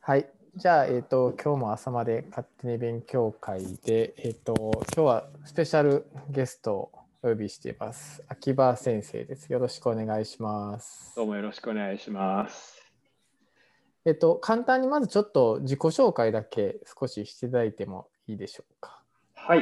はい。じゃあ、今日も朝まで勝手に勉強会で、今日はスペシャルゲストをお呼びしています。秋葉先生です。よろしくお願いします。 どうもよろしくお願いします。 簡単にまずちょっと自己紹介だけ少ししていただいてもいいでしょうか。 はい。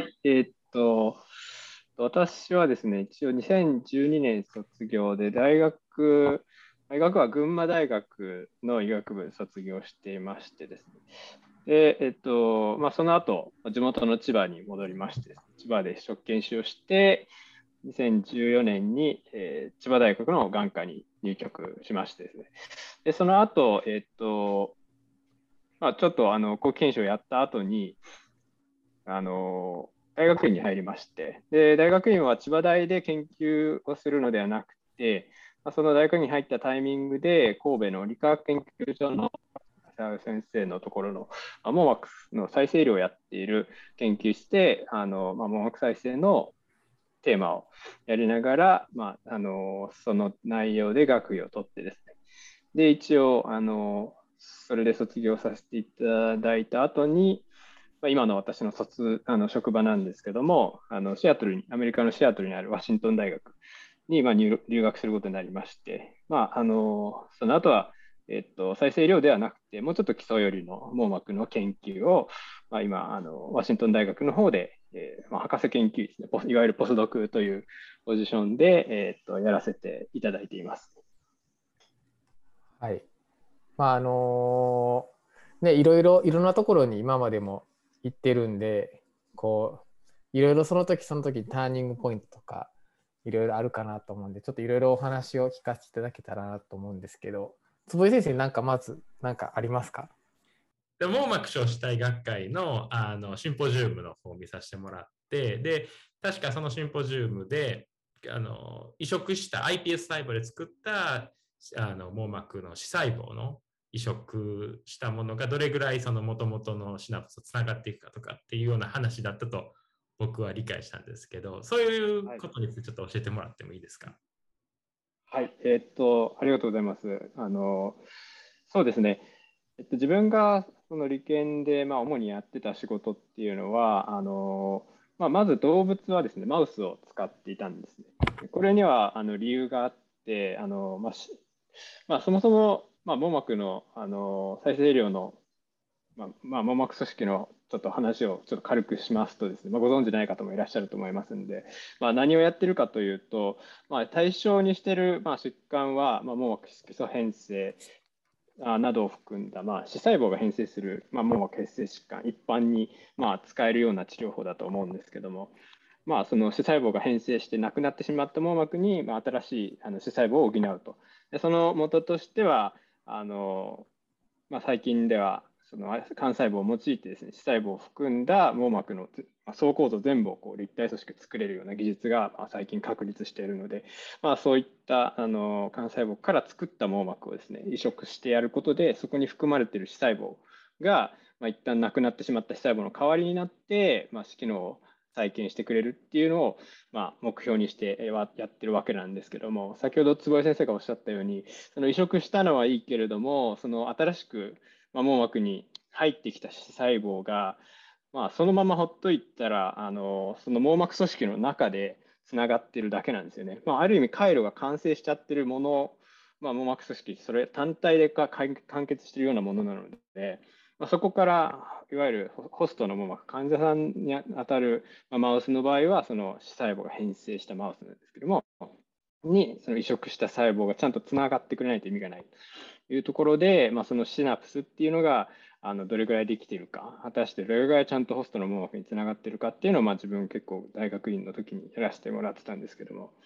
私はですね、一応2012年卒業で、大学は群馬大学の医学部卒業していましてですね。で、その後、地元の千葉に戻りましてですね、千葉で職研修をして、2014年に、千葉大学の眼科に入局しましてですね。で、その後、ちょっと後期研修をやった後に、大学院に入りまして、で、大学院は千葉大で研究をするのではなくて、その大学院に入ったタイミングで、神戸の理化学研究所の先生のところの網膜の再生医療をやっている研究室で、網膜再生のテーマをやりながら、その内容で学位を取ってですね。で、一応、それで卒業させていただいた後に、今の私の職場なんですけども、アメリカのシアトルにあるワシントン大学に留学することになりまして、その後は、再生医療ではなくて、もうちょっと基礎よりの網膜の研究を、今ワシントン大学の方で、博士研究ですね、いわゆるポスドクというポジションで、やらせていただいています。 はい。いろんなところに今までも行ってるんで、いろいろその時その時ターニングポイントとか、いろいろあるかなと思うんで、ちょっといろいろお話を聞かせていただけたらなと思うんですけど、坪井先生、まずありますか？ で網膜小子体学会の、シンポジウムの方を見させてもらって、で、確かそのシンポジウムで、移植した iPS 細胞で作った網膜の視細胞の移植したものがどれぐらいその元々のシナプスとつながっていくかとかっていうような話だったと僕は理解したんですけど、そういうことについてちょっと教えてもらってもいいですか？ はい、ありがとうございます。そうですね。自分がその理研で、主にやってた仕事っていうのは、まず動物はですね、マウスを使っていたんですね。これには理由があって、そもそも、網膜の、再生医療の、網膜組織のちょっと話をちょっと軽くしますとですね、ご存じない方もいらっしゃると思いますので、何をやってるかというと、対象にしている、疾患は、網膜基礎変性などを含んだ、視細胞が変性する、網膜変性疾患、一般に、使えるような治療法だと思うんですけども、その視細胞が変性してなくなってしまった網膜に、新しい視細胞を補うと。でその元としては、最近ではその幹細胞を用いてですね、視細胞を含んだ網膜の総構造全部を立体組織作れるような技術が最近確立しているので、そういった幹細胞から作った網膜をですね、移植してやることで、そこに含まれている視細胞が、一旦なくなってしまった視細胞の代わりになって、視機能を再建してくれるっていうのを、目標にしてやってるわけなんですけども、先ほど坪井先生がおっしゃったように、その移植したのはいいけれども、その新しく網膜に入ってきた視細胞が、そのままほっといたら、その網膜組織の中でつながっているだけなんですよね。ある意味、回路が完成しちゃってるもの、網膜組織、それ単体で完結しているようなものなので、そこからいわゆるホストの網膜、患者さんに当たるマウスの場合は、その視細胞が変性したマウスなんですけども、その移植した細胞がちゃんとつながってくれないと意味がないというところで、そのシナプスっていうのがどれぐらいできているか、果たしてどれぐらいちゃんとホストの網膜につながっているかっていうのを、自分結構大学院の時にやらせてもらってたんですけども、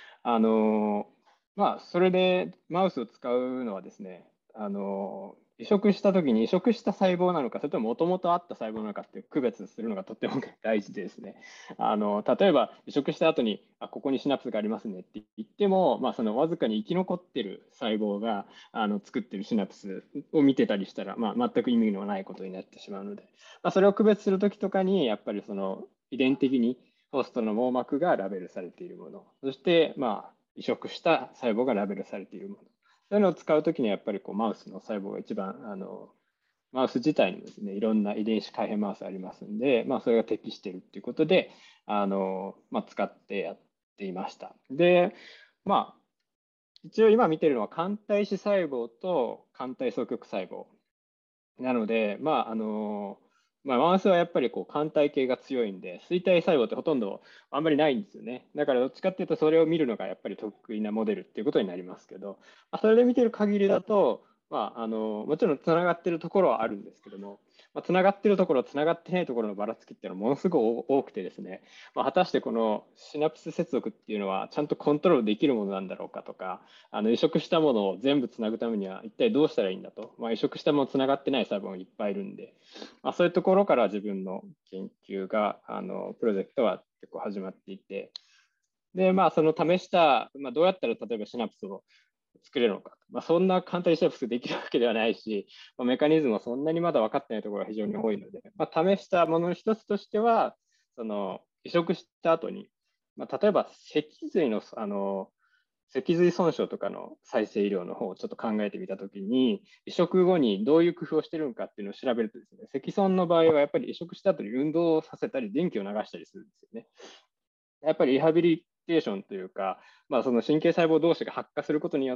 それでマウスを使うのはですね、移植した時に移植した細胞なのか、それとももともとあった細胞なのかっていう区別するのがとっても大事でですね、例えば移植した後にここにシナプスがありますねって言っても、そのわずかに生き残ってる細胞が作ってるシナプスを見てたりしたら、全く意味のないことになってしまうので、それを区別する時とかにやっぱりその遺伝的にホストの網膜がラベルされているもの、そして移植した細胞がラベルされているもの、そういうのを使うときにやっぱりマウスの細胞が一番マウス自体にもですね、いろんな遺伝子改変マウスありますんで、それが適しているっていうことで、使ってやっていました。で、一応今見てるのは肝体視細胞と肝体双極細胞なので、マウスはやっぱりこう肝体系が強いんで、錐体細胞ってほとんどあんまりないんですよね。だからどっちかっていうと、それを見るのがやっぱり得意なモデルっていうことになりますけど、それで見てる限りだと、もちろんつながってるところはあるんですけども、つながってるところ、つながってないところのばらつきっていうのはものすごく多くてですね、果たしてこのシナプス接続っていうのはちゃんとコントロールできるものなんだろうかとか、移植したものを全部つなぐためには一体どうしたらいいんだと、移植したものつながってない細胞もいっぱいいるんで、そういうところから自分の研究が、プロジェクトは結構始まっていて、で、その試した、どうやったら例えばシナプスを作れるのか、そんな簡単にシナプスできるわけではないし、メカニズムはそんなにまだ分かってないところが非常に多いので、試したものの一つとしては、その移植した後に、例えば脊髄損傷とかの再生医療の方をちょっと考えてみたときに、移植後にどういう工夫をしているのかっていうのを調べるとですね、脊損の場合はやっぱり移植した後に運動をさせたり、電気を流したりするんですよね。やっぱりリハビリテーションというか、その神経細胞同士が発火することによって、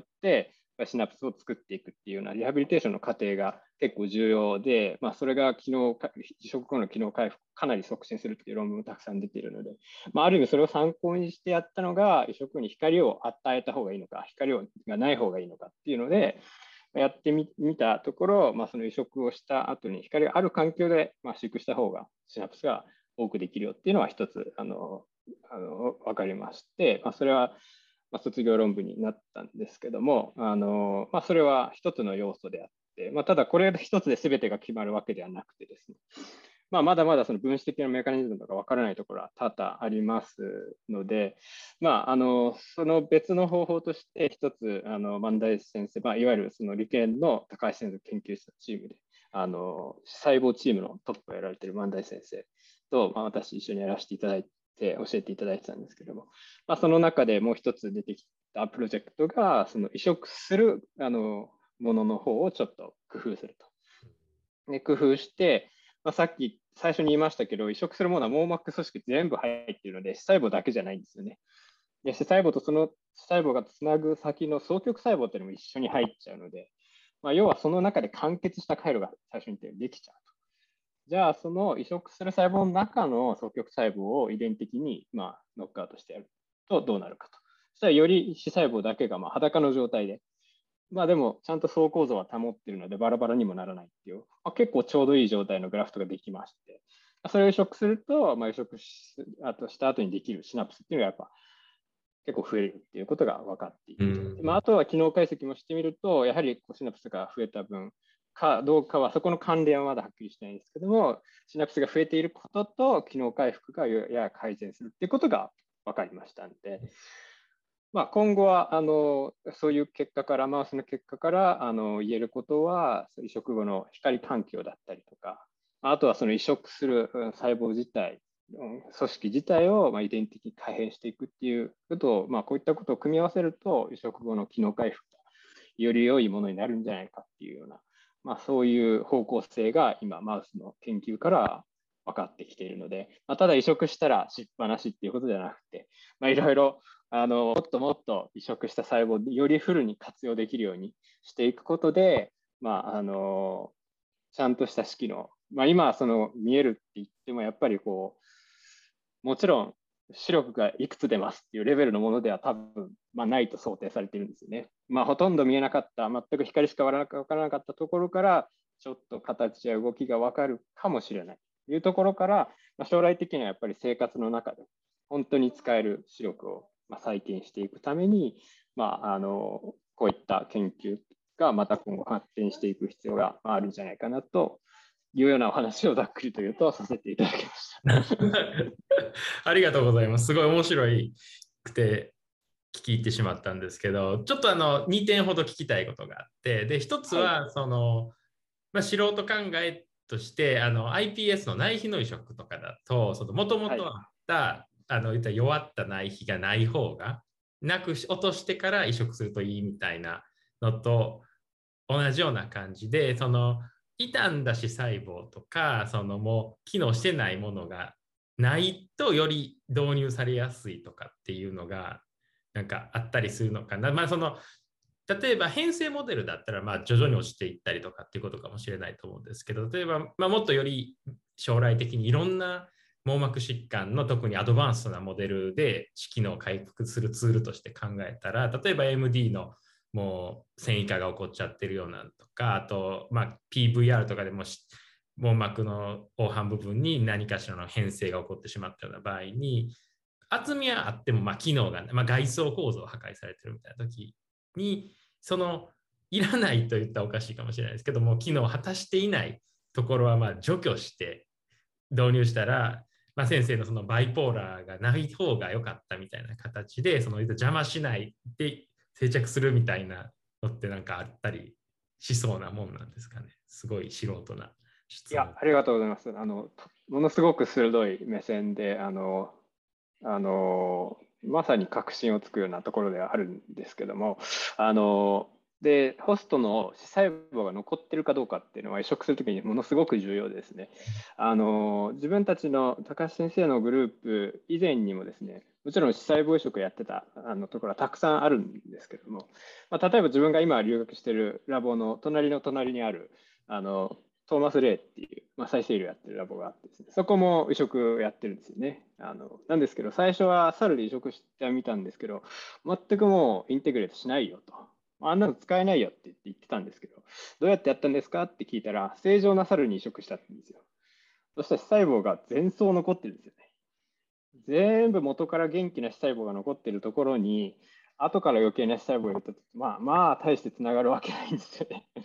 シナプスを作っていくっていうようなリハビリテーションの過程が結構重要で、それが移植後の機能回復かなり促進するっていう論文もたくさん出ているので、ある意味それを参考にしてやったのが、移植に光を与えた方がいいのか、光がない方がいいのかっていうので、やってみたところ、その移植をした後に光がある環境で飼育した方がシナプスが多くできるよっていうのは一つ分かりまして、それは卒業論文になったんですけども、それは一つの要素であって、ただこれ一つで全てが決まるわけではなくてですね、まだまだその分子的なメカニズムとか分からないところは多々ありますので、その別の方法として一つ万代先生、いわゆるその理研の高橋先生研究室のチームで細胞チームのトップをやられている万代先生と、私一緒にやらせていただいて教えていただいてたんですけども、その中でもう一つ出てきたプロジェクトがその移植するものの方をちょっと工夫すると。で工夫して、さっき最初に言いましたけど、移植するものは網膜組織全部入っているので、視細胞だけじゃないんですよね。で視細胞とその視細胞がつなぐ先の双極細胞っていうのも一緒に入っちゃうので、要はその中で完結した回路が最初に言ったようにできちゃうと。じゃあ、その移植する細胞の中の双極細胞を遺伝的にノックアウトしてやるとどうなるかと。そしたらより視細胞だけが裸の状態で、でもちゃんと層構造は保っているのでバラバラにもならないっていう、結構ちょうどいい状態のグラフトができまして、それを移植すると、移植した後にできるシナプスっていうのがやっぱ結構増えるっていうことが分かっていて、あとは機能解析もしてみると、やはりシナプスが増えた分、かどうかは、そこの関連はまだはっきりしてないんですけども、シナプスが増えていることと、機能回復がやや改善するっていうことが分かりましたので、今後はそういう結果から、マウスの結果から言えることは、移植後の光環境だったりとか、あとはその移植する細胞自体、組織自体を遺伝的に改変していくっていうことを、こういったことを組み合わせると、移植後の機能回復がより良いものになるんじゃないかっていうような、そういう方向性が今、マウスの研究から分かってきているので、ただ移植したらしっぱなしっていうことじゃなくて、いろいろもっともっと移植した細胞をよりフルに活用できるようにしていくことで、ちゃんとした式の、今その見えるって言ってもやっぱりもちろん視力がいくつ出ますっていうレベルのものでは多分、ないと想定されているんですよね。ほとんど見えなかった、全く光しか分からなかったところから、ちょっと形や動きが分かるかもしれないというところから、将来的にはやっぱり生活の中で本当に使える視力を再建していくために、こういった研究がまた今後発展していく必要があるんじゃないかなというようなお話をざっくりと言うとさせていただきました。 ありがとうございます。すごい面白くて聞き入ってしまったんですけど、ちょっと2点ほど聞きたいことがあって、で、1つはその、素人考えとして、iPS の内皮の移植とかだと、もともとあった、言った弱った内皮がない方が、落としてから移植するといいみたいなのと同じような感じで、 傷んだ視細胞とか、そのもう機能してないものがないとより導入されやすいとかっていうのがなんかあったりするのかな。まあその例えば変性モデルだったらまあ徐々に落ちていったりとかっていうことかもしれないと思うんですけど、例えばまあもっとより将来的にいろんな網膜疾患の特にアドバンスなモデルで機能を回復するツールとして考えたら、例えば MD のもう繊維化が起こっちゃってるようなとか、あと、まあ、PVR とかでも網膜の黄斑部分に何かしらの変性が起こってしまったような場合に、厚みはあっても、まあ、機能が、まあ、外装構造が破壊されてるみたいな時に、そのいらないと言ったらおかしいかもしれないですけども、機能を果たしていないところはまあ除去して導入したら、まあ、先生のそのバイポーラーがない方が良かったみたいな形で、その邪魔しないで定着するみたいなのってなんかあったりしそうなもんなんですかね。すごい素人な質問。 ありがとうございます。ものすごく鋭い目線で、まさに確信をつくようなところではあるんですけども、で、ホストの視細胞が残ってるかどうかっていうのは移植するときにものすごく重要でですね、自分たちの高橋先生のグループ以前にもですね、もちろん視細胞移植やってたところはたくさんあるんですけども、まあ、例えば自分が今留学しているラボの隣の隣にあるトーマス・レイっていう、まあ、再生医療やってるラボがあってですね、そこも移植やってるんですよね。なんですけど、最初は猿で移植してみたんですけど、全くもうインテグレートしないよと。あんなの使えないよって言ってたんですけど、どうやってやったんですかって聞いたら、正常な猿に移植したんですよ。そしたら視細胞が全層残ってるんですよね。全部元から元気な視細胞が残ってるところに、後から余計な視細胞を入れたと、まあ、大してつながるわけないんですよね。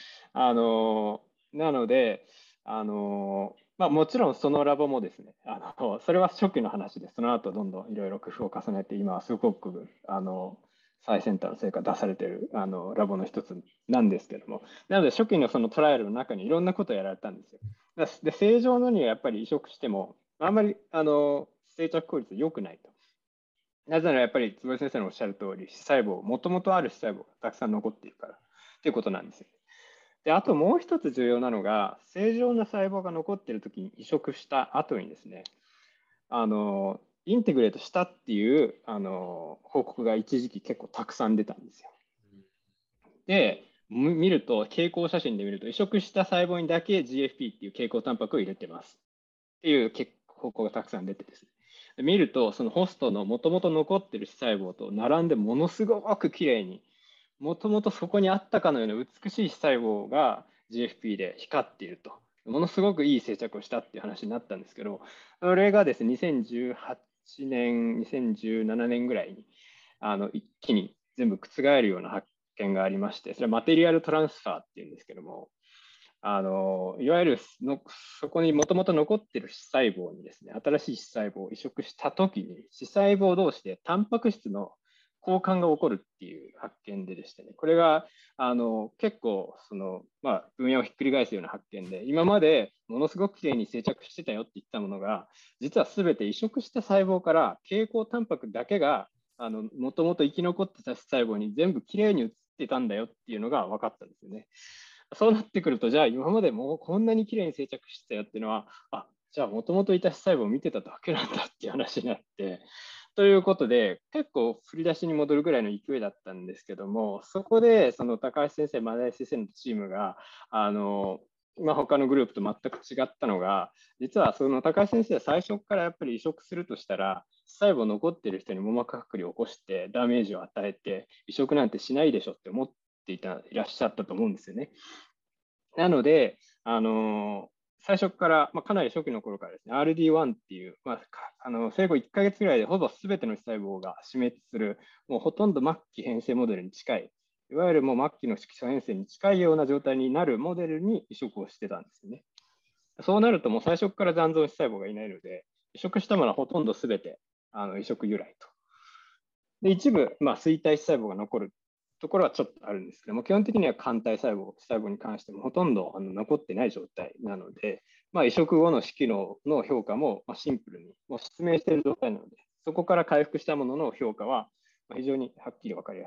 なので、まあ、もちろんそのラボもですね、それは初期の話で、その後どんどんいろいろ工夫を重ねて、今はすごく最先端の成果出されているラボの一つなんですけども、なので初期のそのトライアルの中にいろんなことをやられたんですよ。で、正常のにはやっぱり移植しても、あんまり生着効率良くないと。なぜならやっぱり坪井先生のおっしゃる通り、視細胞、もともとある視細胞がたくさん残っているからということなんですよ。で、あともう一つ重要なのが、正常な細胞が残っているときに移植した後にですね、インテグレートしたっていう報告が一時期結構たくさん出たんですよ。で、見ると、傾向写真で見ると、移植した細胞にだけ GFP っていう傾向タンパクを入れてますっていう報告がたくさん出てですね。見ると、そのホストのもともと残っている視細胞と並んでものすごくきれいに、もともとそこにあったかのような美しい視細胞が GFP で光っていると。ものすごくいい生着をしたっていう話になったんですけど、それがですね、2018年、2017年ぐらいに一気に全部覆るような発見がありまして、それはマテリアルトランスファーっていうんですけども、いわゆるそこにもともと残っている視細胞にですね、新しい視細胞を移植したときに、視細胞同士でタンパク質の交換が起こるっていう発見ででしてね、これが結構分野をひっくり返すような発見で、今までものすごくきれいに生着してたよって言ったものが、実はすべて移植した細胞から蛍光タンパクだけがもともと生き残ってた視細胞に全部きれいに移ってたんだよっていうのが分かったんですよね。そうなってくると、じゃあ今までもこんなにきれいに生着してたよっていうのは、じゃあもともといた視細胞を見てただけなんだっていう話になって、ということで、結構振り出しに戻るぐらいの勢いだったんですけども、そこでその高橋先生、前田先生のチームが、他のグループと全く違ったのが、実はその高橋先生は最初からやっぱり移植するとしたら、視細胞残っている人に網膜剥離を起こしてダメージを与えて、移植なんてしないでしょって思っていらっしゃったと思うんですよね。なので、最初から、かなり初期の頃からですね、RD1 っていう、生後1ヶ月ぐらいでほぼ全ての視細胞が死滅する、もうほとんど末期変性モデルに近い、いわゆるもう末期の色素変性に近いような状態になるモデルに移植をしてたんですよね。そうなるともう最初から残存視細胞がいないので、移植したものはほとんど全て移植由来と。で、一部、衰退視細胞が残るところはちょっとあるんですけども、基本的には肝体細胞に関してもほとんど残ってない状態なので、移植後の視機能の評価もシンプルにもう失明している状態なので、そこから回復したものの評価は非常にはっきり分かりやすい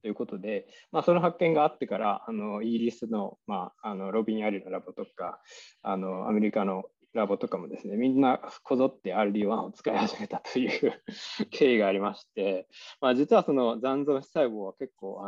ということで、その発見があってから、イギリスの、ロビン・アリのラボとか、アメリカのラボとかもですね、みんなこぞって RD1 を使い始めたという経緯がありまして、実はその残存子細胞は結構、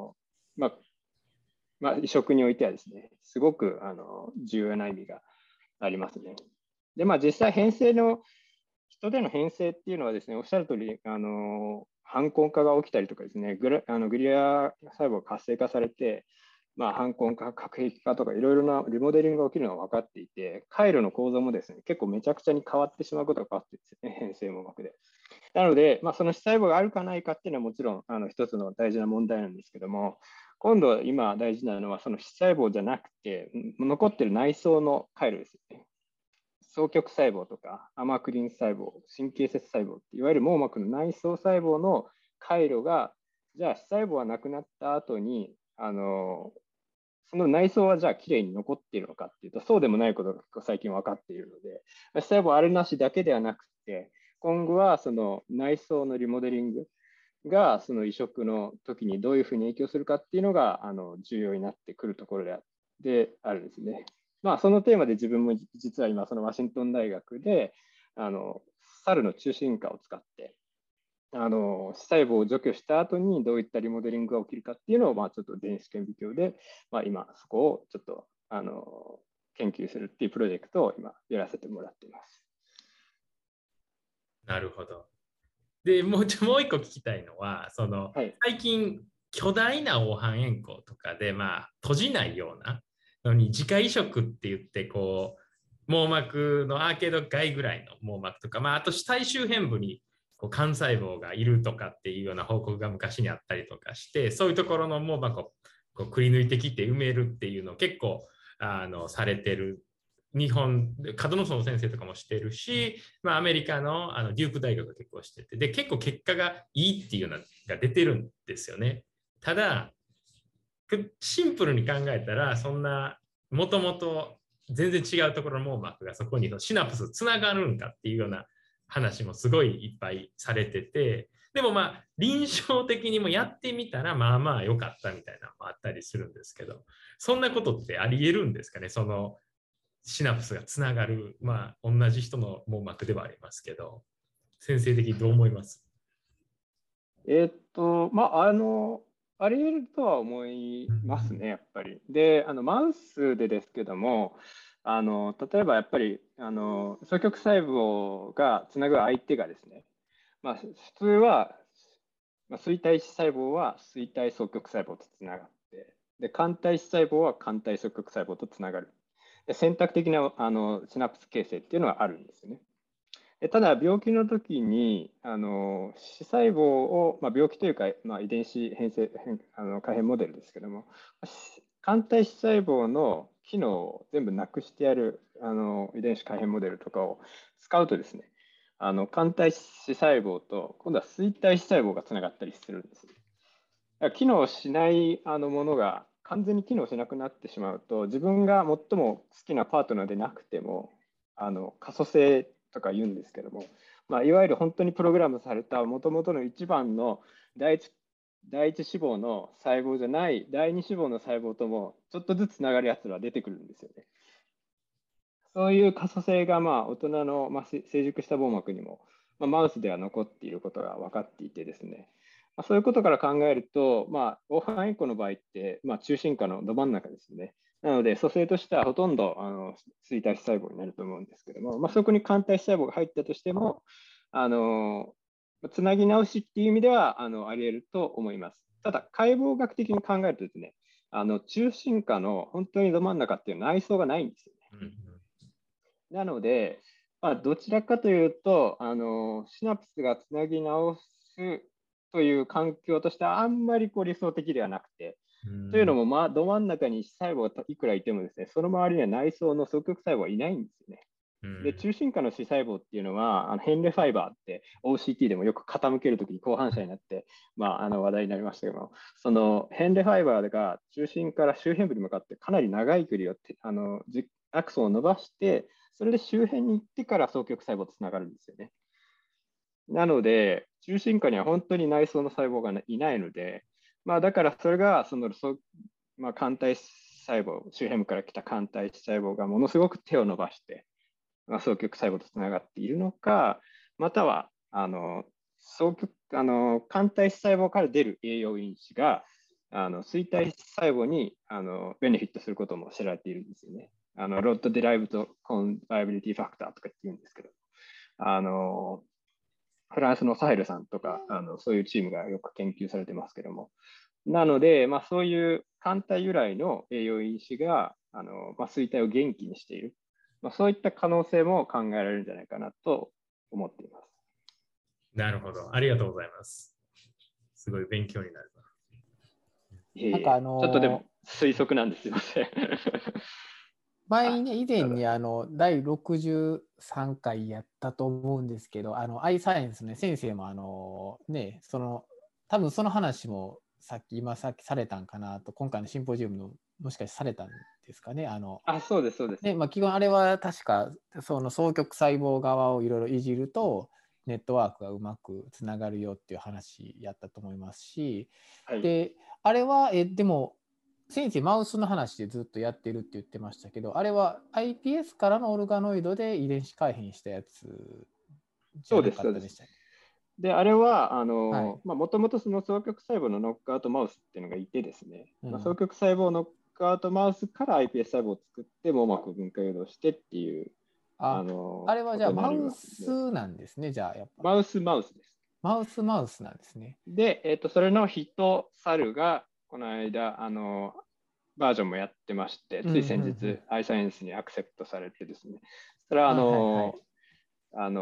移植においてはですね、すごく重要な意味がありますね。で、実際人での変性っていうのはですね、おっしゃる通り、反根化が起きたりとかですね、グリア細胞が活性化されて、反根化、核壁化とかいろいろなリモデリングが起きるのが分かっていて、回路の構造もですね、結構めちゃくちゃに変わってしまうことが分かっているんですね、変性網膜で。なので、その子細胞があるかないかっていうのはもちろん一つの大事な問題なんですけども、今度今大事なのはその子細胞じゃなくて、残っている内層の回路ですよね。双極細胞とかアマクリン細胞、神経節細胞って、いわゆる網膜の内層細胞の回路が、じゃあ子細胞がなくなった後に、その内装はじゃあきれいに残っているのかっていうと、そうでもないことが最近分かっているので、子細胞あるなしだけではなくて、今後はその内装のリモデリングがその移植の時にどういうふうに影響するかっていうのが重要になってくるところであるんですね。そのテーマで自分も実は今そのワシントン大学で猿の中心化を使って子細胞を除去した後にどういったリモデリングが起きるかっていうのをちょっと電子顕微鏡で今そこをちょっと研究するっていうプロジェクトを今やらせてもらっています。 なるほど。で、もう一個聞きたいのは、 はい、 最近、巨大な黄斑円光とかで、閉じないようなのに、自家移植って言って、網膜のアーケード外ぐらいの網膜とか、あと死体周辺部に幹細胞がいるとかっていうような報告が昔にあったりとかして、そういうところの網膜をくり抜いてきて埋めるっていうのを結構されてる。日本、門野先生とかもしてるし、アメリカのデューク大学が結構してて、で、結構結果がいいっていうのが出てるんですよね。ただ、シンプルに考えたら、そんな、もともと全然違うところの網膜がそこにシナプスつながるんかっていうような話もすごいいっぱいされてて、でも臨床的にもやってみたら良かったみたいなのもあったりするんですけど、そんなことってあり得るんですかね、そのシナプスがつながる、同じ人の網膜ではありますけど、先生的にどう思います？ あり得るとは思いますね、やっぱり。で、マウスでですけども、例えばやっぱり双極細胞がつなぐ相手がですね、普通は、錐体子細胞は錐体双極細胞とつながって、で、間体子細胞は間体双極細胞とつながる。で、選択的なシナプス形成っていうのがあるんですよね。ただ、病気の時に子細胞を、病気というか、遺伝子変性改変モデルですけども、間体子細胞の機能を全部なくしてやる遺伝子改変モデルとかを使うとですね、間体子細胞と今度は錐体子細胞がつながったりするんです。だから機能しないものが完全に機能しなくなってしまうと、自分が最も好きなパートナーでなくても可塑性とか言うんですけども、いわゆる本当にプログラムされた元々の一番の第一脂肪の細胞じゃない第二脂肪の細胞ともちょっとずつつながるやつらは出てくるんですよね。そういう可塑性が大人の成熟した網膜にもマウスでは残っていることが分かっていてですね、そういうことから考えると、黄斑円光の場合って、中心下のど真ん中ですね。なので、組成としてはほとんど錐体子細胞になると思うんですけども、そこに間体子細胞が入ったとしても、つなぎ直しっていう意味ではあり得ると思います。ただ、解剖学的に考えるとですね、中心下の本当にど真ん中っていう内装がないんですよね。なので、どちらかというと、シナプスがつなぎ直すという環境としてはあんまり理想的ではなくて、というのも、ど真ん中に細胞がいくらいてもですね、その周りには内層の双極細胞はいないんですよね。で、中心下の視細胞っていうのは、ヘンレファイバーって OCT でもよく傾けるときに後反射になって、話題になりましたけども、そのヘンレファイバーが中心から周辺部に向かってかなり長い距離をアクソンを伸ばして、それで周辺に行ってから双極細胞とつながるんですよね。なので、中心下には本当に内層の細胞がいないので、 まあ、だからそれがまあ、幹体細胞、周辺部から来た幹体細胞がものすごく手を伸ばして、まあ、双極細胞とつながっているのか、または幹体細胞から出る栄養因子が錐体細胞にベネフィットすることも知られているんですよね。ロッド・デライブド・コンバイビリティ・ファクターとか言うんですけど、フランスのサヘルさんとかそういうチームがよく研究されてますけども、なので、まあ、そういう幹体由来の栄養因子がまあ、錐体を元気にしている、まあ、そういった可能性も考えられるんじゃないかなと思っています。 なるほど。ありがとうございます。すごい勉強になるな。 なんかちょっとでも推測なんですよね。 前にね、以前に第63回やったと思うんですけど、アイサイエンスね、先生もね、多分その話も今さっきされたんかなと、今回のシンポジウムのもしかしてされたんですかね。 そうです、そうです。 ね、まあ、基本あれは確か、その双極細胞側をいろいろいじると、ネットワークがうまくつながるよっていう話やったと思いますし、 はい、 で、あれは、でも、先生、マウスの話でずっとやってるって言ってましたけど、あれは iPS からのオルガノイドで遺伝子改変したやつじゃなかったでしたっけ？ で、あれは、 はい、 もともとその双極細胞のノックアウトマウスっていうのがいてですね、 うん双極細胞ノックアウトマウスから iPS 細胞を作って、網膜分化誘導してっていう、 あれはじゃあマウことになりますスなんですね、じゃあやっぱ。 マウスです。 マウスなんですね。 で、それの人、猿が、この間、バージョンもやってまして、つい先日、アイサイエンスにアクセプトされてですね、それははいはい、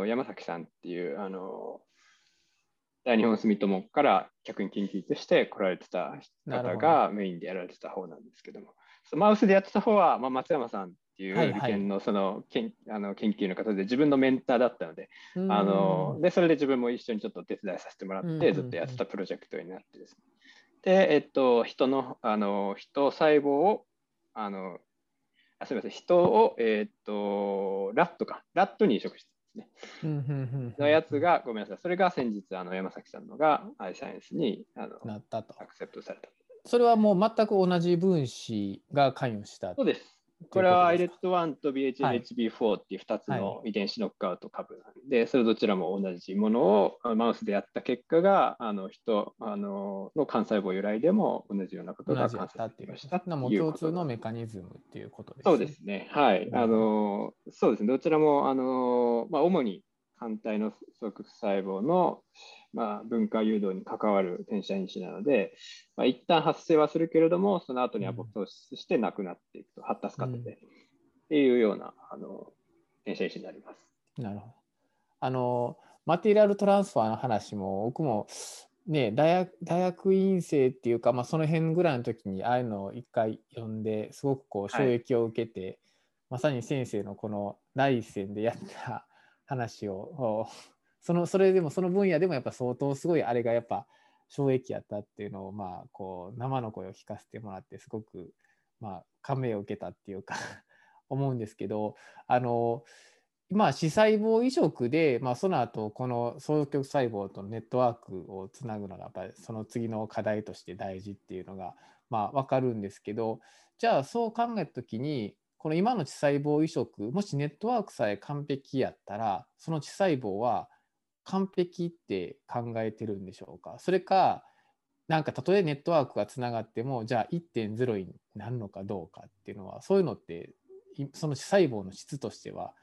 山崎さんっていう、大日本住友から客員研究として来られてた方がメインでやられてた方なんですけども、マウスでやってた方は、まあ、松山さんっていう理研のその研究の方で自分のメンターだったので、でそれで自分も一緒にちょっと手伝いさせてもらってずっとやってたプロジェクトになってですね。で、人細胞をすみません、人を、ラットに移植してですね。のやつが、ごめんなさい、それが先日、山崎さんのがアイサイエンスになったと。 アクセプトされた。 それはもう全く同じ分子が関与した。 そうです。これは ILET1 と BHLHB4 っていう2つの遺伝子ノックアウト株なんで、それどちらも同じものをマウスでやった結果が、人の幹細胞由来でも同じようなことが観察できましたっていうこと。 もう共通のメカニズムっていうことですね。 そうですね。はい。そうですね。どちらも、主に反対の双極細胞の、分化誘導に関わる転写因子なので、一旦発生はするけれども、その後にアポトーシスしてなくなっていくと、発達過程で、っていうような転写因子になります。 なるほど。マテリアルトランスファーの話も、僕もね、大学院生っていうか、その辺ぐらいの時にああいうのを一回読んで、すごくこう衝撃を受けて、まさに先生のこの第一線でやった話を、それでもその分野でもやっぱ相当すごいあれがやっぱ衝撃やったっていうのをこう生の声を聞かせてもらってすごく感銘を受けたっていうか思うんですけど、視細胞移植で、その後この双極細胞とのネットワークをつなぐのがやっぱりその次の課題として大事っていうのが分かるんですけど、じゃあそう考えた時にこの今の知細胞移植、もしネットワークさえ完璧やったらその知細胞は完璧って考えてるんでしょうか？それかなんかたとえネットワークがつながってもじゃあ 1.0 になるのかどうかっていうのは、そういうのってその知細胞の質としては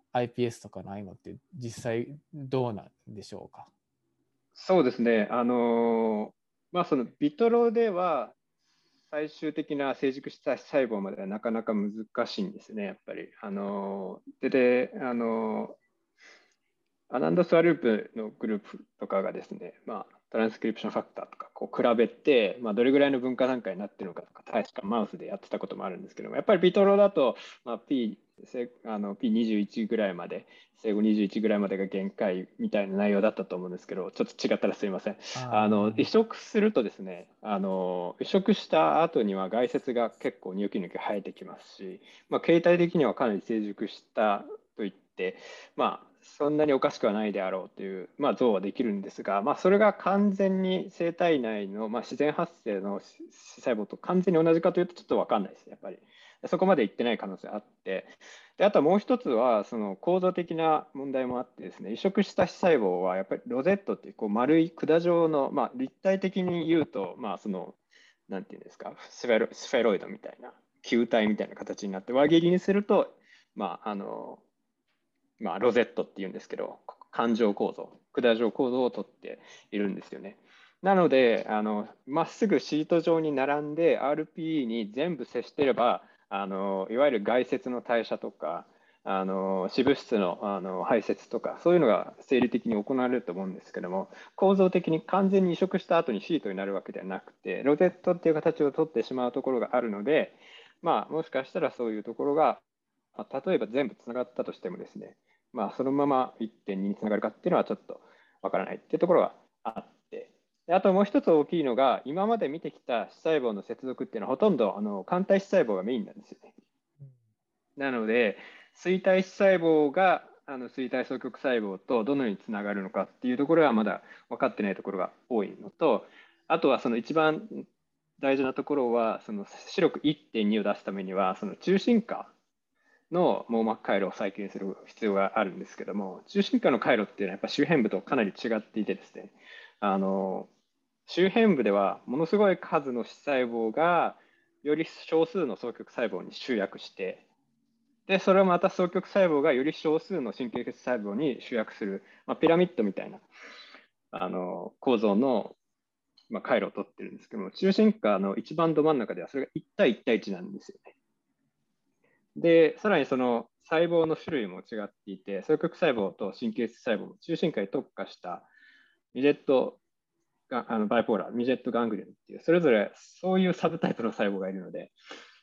iPS とかないのって実際どうなんでしょうか？ そうですね。そのビトロでは最終的な成熟した細胞まではなかなか難しいんですね、やっぱり。アナンドスワループのグループとかがですね、トランスクリプションファクターとかこう比べて、どれぐらいの分化段階になっているのかとか、確かマウスでやってたこともあるんですけども、やっぱりビトロだと、P21 ぐらいまで、生後21ぐらいまでが限界みたいな内容だったと思うんですけど、ちょっと違ったらすいません。移植するとですね、移植した後には外節が結構ニョキニョキ生えてきますし、形態的にはかなり成熟したといって、 そんなにおかしくはないであろうという、まあ、像はできるんですが、まあ、それが完全に生体内の、まあ、自然発生の視細胞と完全に同じかというとちょっと分かんないですね、やっぱり。そこまでいってない可能性があって、であとはもう一つはその構造的な問題もあってですね、移植した視細胞はやっぱりロゼットっていう、こう丸い管状の、まあ、立体的に言うと、まあ、そのなんていうんですか、スフェロイドみたいな球体みたいな形になって、輪切りにすると、まあまあ、ロゼットっていうんですけど、管状構造、管状構造をとっているんですよね。なので、まっすぐシート上に並んで RPE に全部接していれば、いわゆる外接の代謝とか、脂物質の、排泄とか、そういうのが生理的に行われると思うんですけども、構造的に完全に移植した後にシートになるわけではなくて、ロゼットっていう形をとってしまうところがあるので、まあ、もしかしたらそういうところが、例えば全部つながったとしてもですね、まあ、そのまま1.2につながるかっていうのはちょっとわからないっていうところがあって、あともう一つ大きいのが、今まで見てきた視細胞の接続っていうのはほとんど肝体視細胞がメインなんですよね。なので、錐体視細胞が錐体双極細胞とどのようにつながるのかっていうところはまだ分かってないところが多いのと、あとはその一番大事なところは、その白く1.2を出すためには、その中心化の網膜回路を再建する必要があるんですけども、中心化の回路っていうのはやっぱ周辺部とかなり違っていてですね、周辺部ではものすごい数の視細胞がより少数の双極細胞に集約して、でそれをまた双極細胞がより少数の神経節細胞に集約する、まあ、ピラミッドみたいな構造の、まあ、回路を取ってるんですけども、中心化の一番ど真ん中ではそれが1対1対1なんですよね。で、さらにその細胞の種類も違っていて、双極細胞と神経質細胞も中心化に特化したミジェットがバイポーラー、ミジェットガングリオンっていう、それぞれそういうサブタイプの細胞がいるので、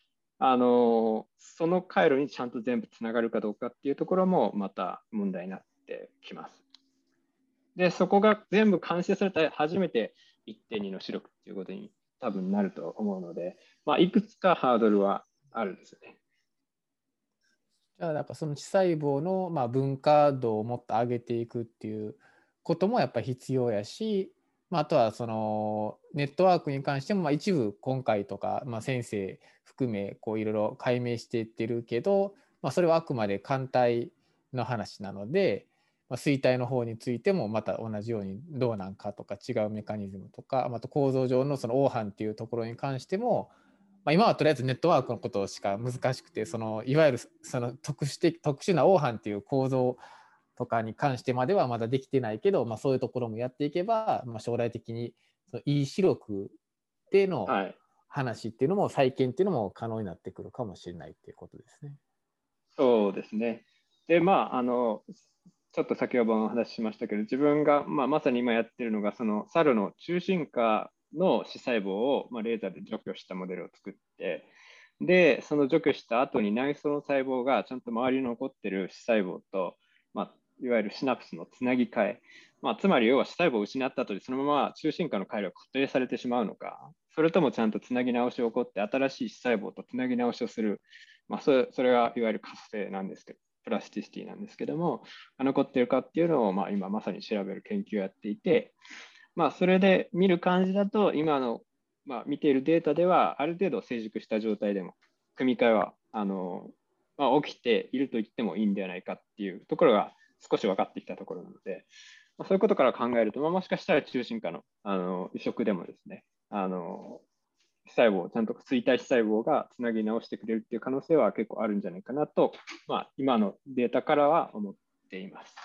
その回路にちゃんと全部つながるかどうかっていうところもまた問題になってきます。で、そこが全部完成されたら初めて1.2の視力っていうことに多分なると思うので、まあ、いくつかハードルはあるんですよね。 じゃあやっぱその視細胞のまあ分化度をもっと上げていくっていうこともやっぱり必要やし、まあ、あとはそのネットワークに関してもまあ一部今回とかまあ先生含めこういろいろ解明していってるけど、まあ、それはあくまで肝体の話なので、まあ、錐体の方についてもまた同じようにどうなんかとか違うメカニズムとか、また構造上のその黄斑っていうところに関してもまあ、今はとりあえずネットワークのことしか難しくて、そのいわゆるその特殊な黄斑っていう構造とかに関してまではまだできてないけど、まあ、そういうところもやっていけば、まあ、将来的にそのいい視力での話っていうのも再建っていうのも可能になってくるかもしれないっていうことですね。 そうですね。で、まあ、ちょっと先ほどお話ししましたけど、自分が、まあ、まさに今やってるのが、その猿の中心化の視細胞を、まあ、レーザーで除去したモデルを作って、で、その除去した後に内層の細胞がちゃんと周りに残ってる視細胞と、まあ、いわゆるシナプスのつなぎ替え、まあ、つまり要は視細胞を失った後にそのまま中心化の回路が固定されてしまうのか、それともちゃんとつなぎ直しを起こって新しい視細胞とつなぎ直しをする、まあ、それがいわゆる活性なんですけど、プラスティシティなんですけども、残っているかっていうのを、まあ、今まさに調べる研究をやっていて、まあ、それで見る感じだと、今の、まあ、見ているデータでは、ある程度成熟した状態でも、組み換えはまあ、起きていると言ってもいいんではないかっていうところが少し分かってきたところなので、まあ、そういうことから考えると、まあ、もしかしたら中心化の移植でもですね、細胞、ちゃんと錐体視細胞がつなぎ直してくれるっていう可能性は結構あるんじゃないかなと、まあ、今のデータからは思っています。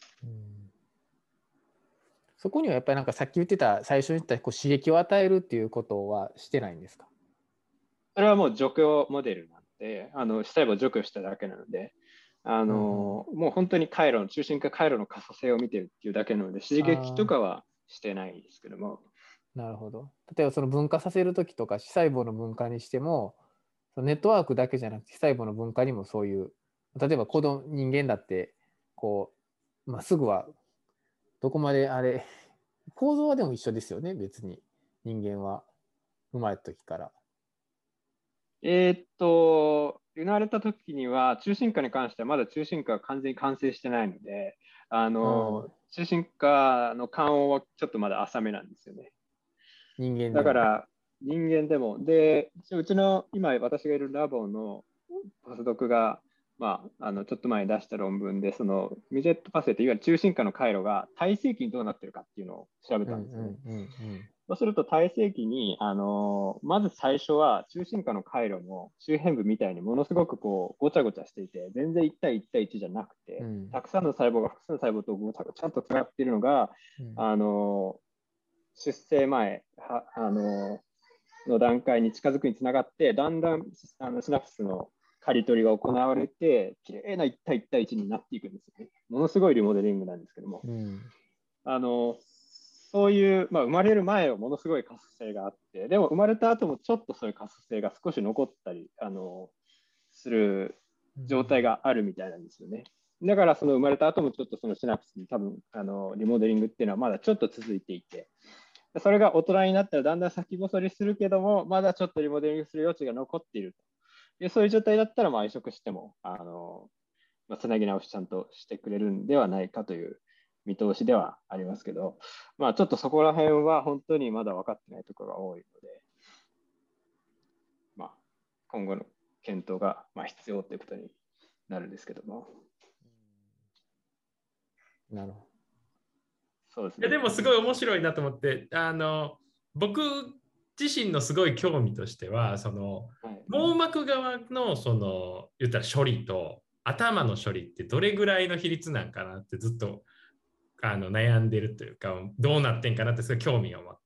そこにはやっぱりなんかさっき言ってた最初に言ったこう刺激を与えるっていうことはしてないんですか？ それはもう除去モデルなんで、視細胞を除去しただけなので、もう本当に回路の中心化回路の可塑性を見てるっていうだけなので、刺激とかはしてないですけども。 なるほど。例えばその分化させるときとか視細胞の分化にしても、そのネットワークだけじゃなくて視細胞の分化にもそういう、例えば人間だってこう、まあ、すぐはどこまであれ構造はでも一緒ですよね、別に人間は生まれた時から。 生まれた時には、中心化に関してはまだ中心化が完全に完成してないので、中心化の勘はちょっとまだ浅めなんですよね。 人間でも。 だから人間でも。で、うちの今私がいるラボのポスドクが、ちょっと前に出した論文で、そのミジェットパセっていわゆる中心化の回路が体積期にどうなってるかっていうのを調べたんですよね。そうすると体積期に、まず最初は中心化の回路も周辺部みたいにものすごくこうごちゃごちゃしていて、全然1対1対1じゃなくて、たくさんの細胞が複数の細胞とちゃんとつながっているのが、出生前の段階に近づくにつながって、だんだんシナプスの刈り取りが行われて、きれいな1対1対1になっていくんですよね。ものすごいリモデリングなんですけども。そういう、生まれる前はものすごい可塑性があって、でも生まれた後もちょっとそういう可塑性が少し残ったりする状態があるみたいなんですよね。だからその生まれた後もちょっとそのシナプスに多分リモデリングっていうのはまだちょっと続いていて、それが大人になったらだんだん先細りするけども、まだちょっとリモデリングする余地が残っていると。でそういう状態だったら移植してもつなぎ直しちゃんとしてくれるんではないかという見通しではありますけど、ちょっとそこら辺は本当にまだ分かってないところが多いので、今後の検討が必要ということになるんですけども。 なるほど。 そうですね。 でもすごい面白いなと思って、僕自身のすごい興味としては、その、網膜側のその言ったら処理と頭の処理ってどれぐらいの比率なんかなってずっと悩んでるというか、どうなってんかなってすごい興味を持って、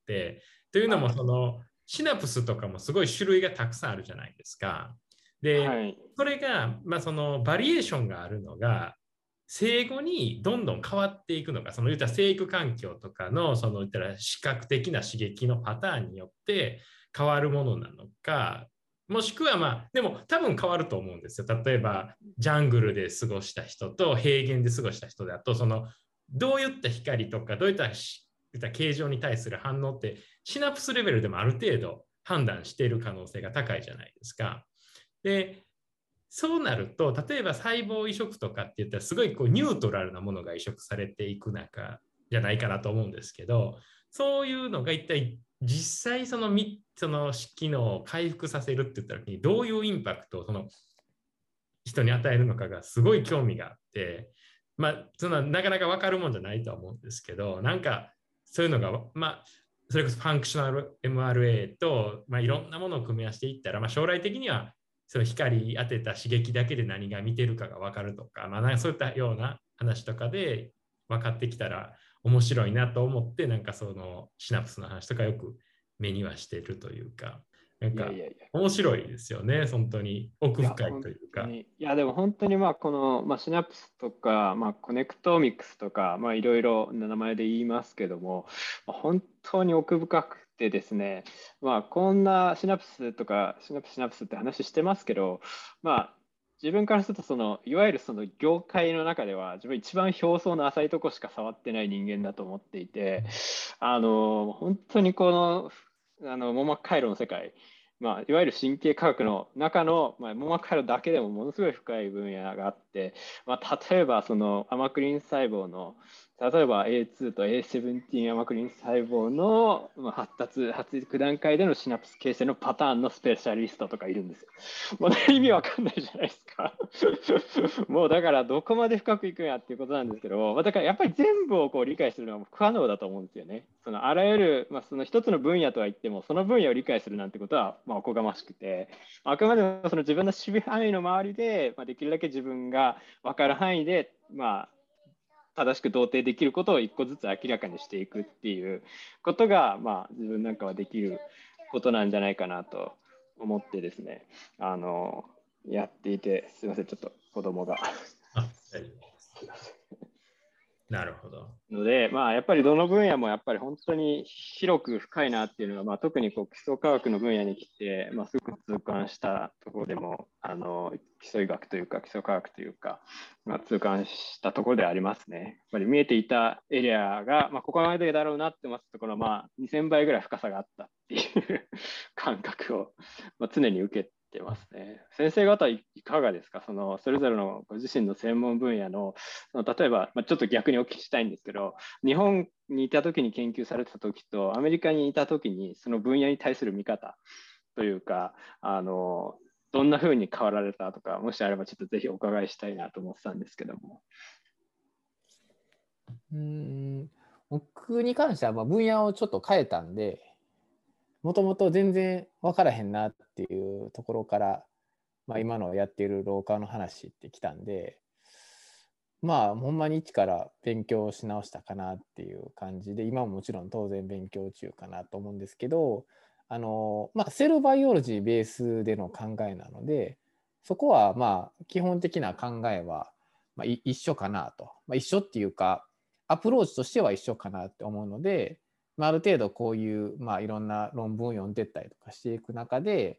というのもそのシナプスとかもすごい種類がたくさんあるじゃないですか。で、それが、そのバリエーションがあるのが生後にどんどん変わっていくのか、その言ったら生育環境とかのその言ったら視覚的な刺激のパターンによって変わるものなのか、もしくはでも多分変わると思うんですよ。例えばジャングルで過ごした人と平原で過ごした人だと、そのどういった光とかどういった形状に対する反応ってシナプスレベルでもある程度判断している可能性が高いじゃないですか。で、そうなると、例えば細胞移植とかって言ったらすごいこうニュートラルなものが移植されていく中じゃないかなと思うんですけど、そういうのが一体実際その機能を回復させるって言った時にどういうインパクトをその人に与えるのかがすごい興味があって、そのなかなか分かるもんじゃないとは思うんですけど、なんかそういうのが、それこそファンクショナル MRA と、いろんなものを組み合わせていったら、将来的にはその光当てた刺激だけで何が見てるかが分かるとか、なんかそういったような話とかで分かってきたら面白いなと思って、なんかそのシナプスの話とかよく目にはしてるというか、なんか面白いですよね、本当に奥深いというか。 でも本当にこの、シナプスとか、コネクトミクスとか、いろいろな名前で言いますけども、本当に奥深くてですね、こんなシナプスとかシナプスって話してますけど、自分からするといわゆるその業界の中では自分一番表層の浅いところしか触ってない人間だと思っていて、本当にこの網膜回路の世界、いわゆる神経科学の中の、網膜回路だけでもものすごい深い分野があって、例えばそのアマクリン細胞の例えば A2 と A17 アマクリン細胞の発育段階でのシナプス形成のパターンのスペシャリストとかいるんですよ。もう意味わかんないじゃないですか。もうだからどこまで深くいくんやっていうことなんですけど、だからやっぱり全部をこう理解するのは不可能だと思うんですよね。そのあらゆる、その一つの分野とは言っても、その分野を理解するなんてことはおこがましくて、あくまでもその自分の守備範囲の周りで、できるだけ自分が分かる範囲で、正しく同定できることを一個ずつ明らかにしていくっていうことが、自分なんかはできることなんじゃないかなと思ってですね、やっていて、すみません、ちょっと子供が。 なるほど。 ので、やっぱりどの分野もやっぱり本当に広く深いなっていうのが、特にこう基礎科学の分野に来て、すごく痛感したところでも、基礎医学というか基礎科学というか、痛感したところでありますね。やっぱり見えていたエリアが、ここまでだろうなって思ったところは、2000倍ぐらい深さがあったっていう感覚を、常に受けてますね。先生方いかがですか？それぞれのご自身の専門分野の、例えば、ちょっと逆にお聞きしたいんですけど、日本にいた時に研究されてた時とアメリカにいた時にその分野に対する見方というか、どんなふうに変わられたとか、もしあればちょっとぜひお伺いしたいなと思ってたんですけども。 僕に関しては分野をちょっと変えたんで、もともと全然分からへんなっていうところから、今のやっている老化の話ってきたんで、ほんまに一から勉強し直したかなっていう感じで、今ももちろん当然勉強中かなと思うんですけど、セルバイオロジーベースでの考えなので、そこは基本的な考えは一緒かなと、一緒っていうかアプローチとしては一緒かなって思うので、ある程度こういういろんな論文を読んでったりとかしていく中で、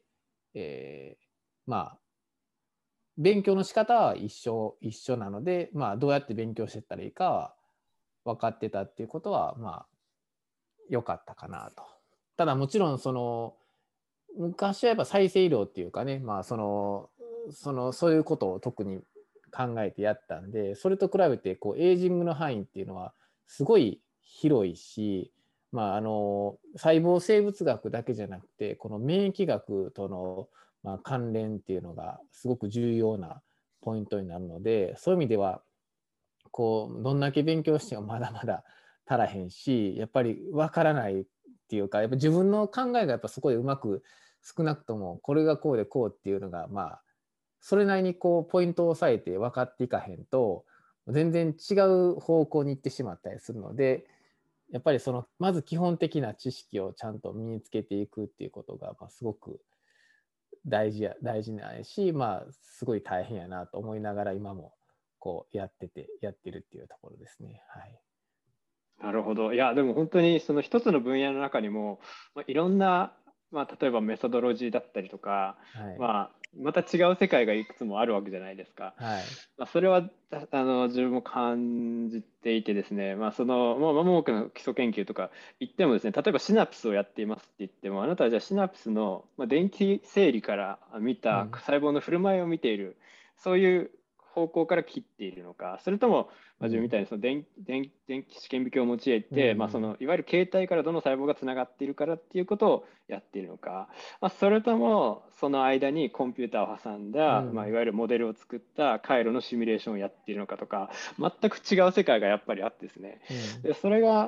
勉強の仕方は一緒なので、どうやって勉強していったらいいかは分かってたっていうことは良かったかなと。ただもちろん昔はやっぱ再生医療っていうかね、そういうことを特に考えてやったんで、それと比べてエイジングの範囲っていうのはすごい広いし、細胞生物学だけじゃなくてこの免疫学との関連っていうのがすごく重要なポイントになるので、そういう意味ではどんだけ勉強してもまだまだ足らへんし、やっぱり分からないっていうか、やっぱ自分の考えがやっぱそこでうまく少なくともこれがこうでこうっていうのがそれなりにポイントを押さえて分かっていかへんと全然違う方向に行ってしまったりするので、やっぱりまず基本的な知識をちゃんと身につけていくっていうことがすごく大事ないし、すごい大変やなと思いながら今もやってるっていうところですね。はい。 なるほど。いや、でも本当にその一つの分野の中にも、いろんな、例えばメソドロジーだったりとか、 はい、 また違う世界がいくつもあるわけじゃないですか。 はい、 それは自分も感じていてですね、多くの基礎研究とか言ってもですね、例えばシナプスをやっていますって言っても、あなたはじゃあシナプスの電気整理から見た細胞の振る舞いを見ている、そういう方向から切っているのか、それとも、自分みたいにその電気試験引きを用いて、いわゆる形態からどの細胞がつながっているからっていうことをやっているのか、それともその間にコンピューターを挟んだ、いわゆるモデルを作った回路のシミュレーションをやっているのかとか、全く違う世界がやっぱりあってですね、でそれが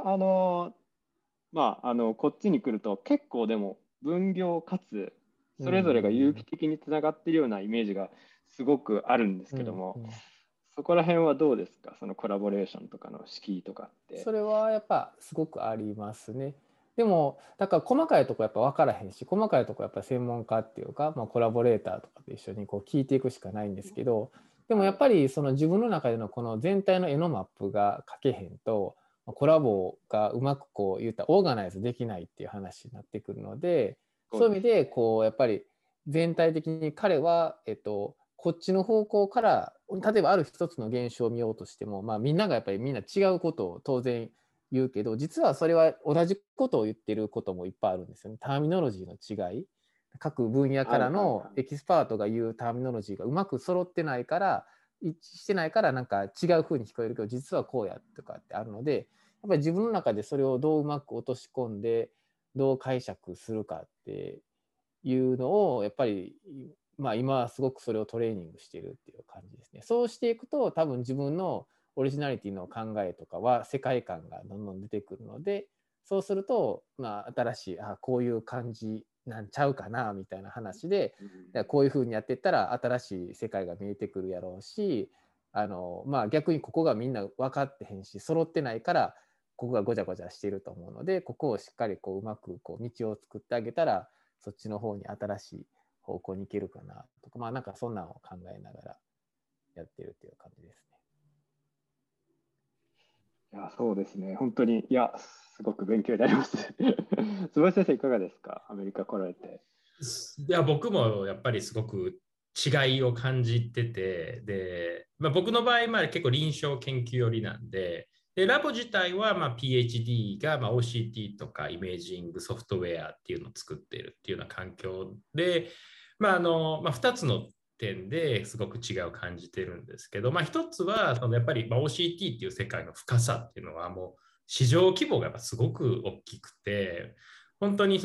こっちに来ると結構でも分業かつそれぞれが有機的につながっているようなイメージがすごくあるんですけども、そこら辺はどうですか？そのコラボレーションとかの敷居とかって。 それはやっぱすごくありますね。でもだから細かいとこやっぱ分からへんし、細かいとこやっぱ専門家っていうか、コラボレーターとかと一緒に聞いていくしかないんですけど、でもやっぱりその自分の中でのこの全体の絵のマップが描けへんと、コラボがうまく言ったらオーガナイズできないっていう話になってくるので、そういう意味でやっぱり全体的に彼はこっちの方向から例えばある一つの現象を見ようとしても、みんながやっぱりみんな違うことを当然言うけど、実はそれは同じことを言ってることもいっぱいあるんですよね。ターミノロジーの違い、各分野からのエキスパートが言うターミノロジーがうまく揃ってないから、一致してないからなんか違う風に聞こえるけど実はこうやとかってあるので、やっぱり自分の中でそれをどううまく落とし込んでどう解釈するかっていうのをやっぱり今はすごくそれをトレーニングしているっていう感じですね。そうしていくと多分自分のオリジナリティの考えとかは世界観がどんどん出てくるので、そうすると新しいこういう感じなんちゃうかなみたいな話で、こういうふうにやっていったら新しい世界が見えてくるやろうし、逆にここがみんな分かってへんし揃ってないからここがごちゃごちゃしていると思うので、ここをしっかりうまく道を作ってあげたらそっちの方に新しい方向に行けるかなとか、なんかそんなのを考えながらやってるっていう感じですね。 いや、そうですね。本当に、いや、すごく勉強になります。坪井先生、いかがですか？アメリカ来られて。 いや、僕もやっぱりすごく違いを感じてて、で、僕の場合、結構臨床研究寄りなんで、ラボ自体はPhD がOCT とかイメージングソフトウェアっていうのを作っているっていうような環境で、 2つの点ですごく違いを感じてるんですけど、1つはやっぱりOCT っていう世界の深さっていうのはもう市場規模がやっぱすごく大きくて、本当に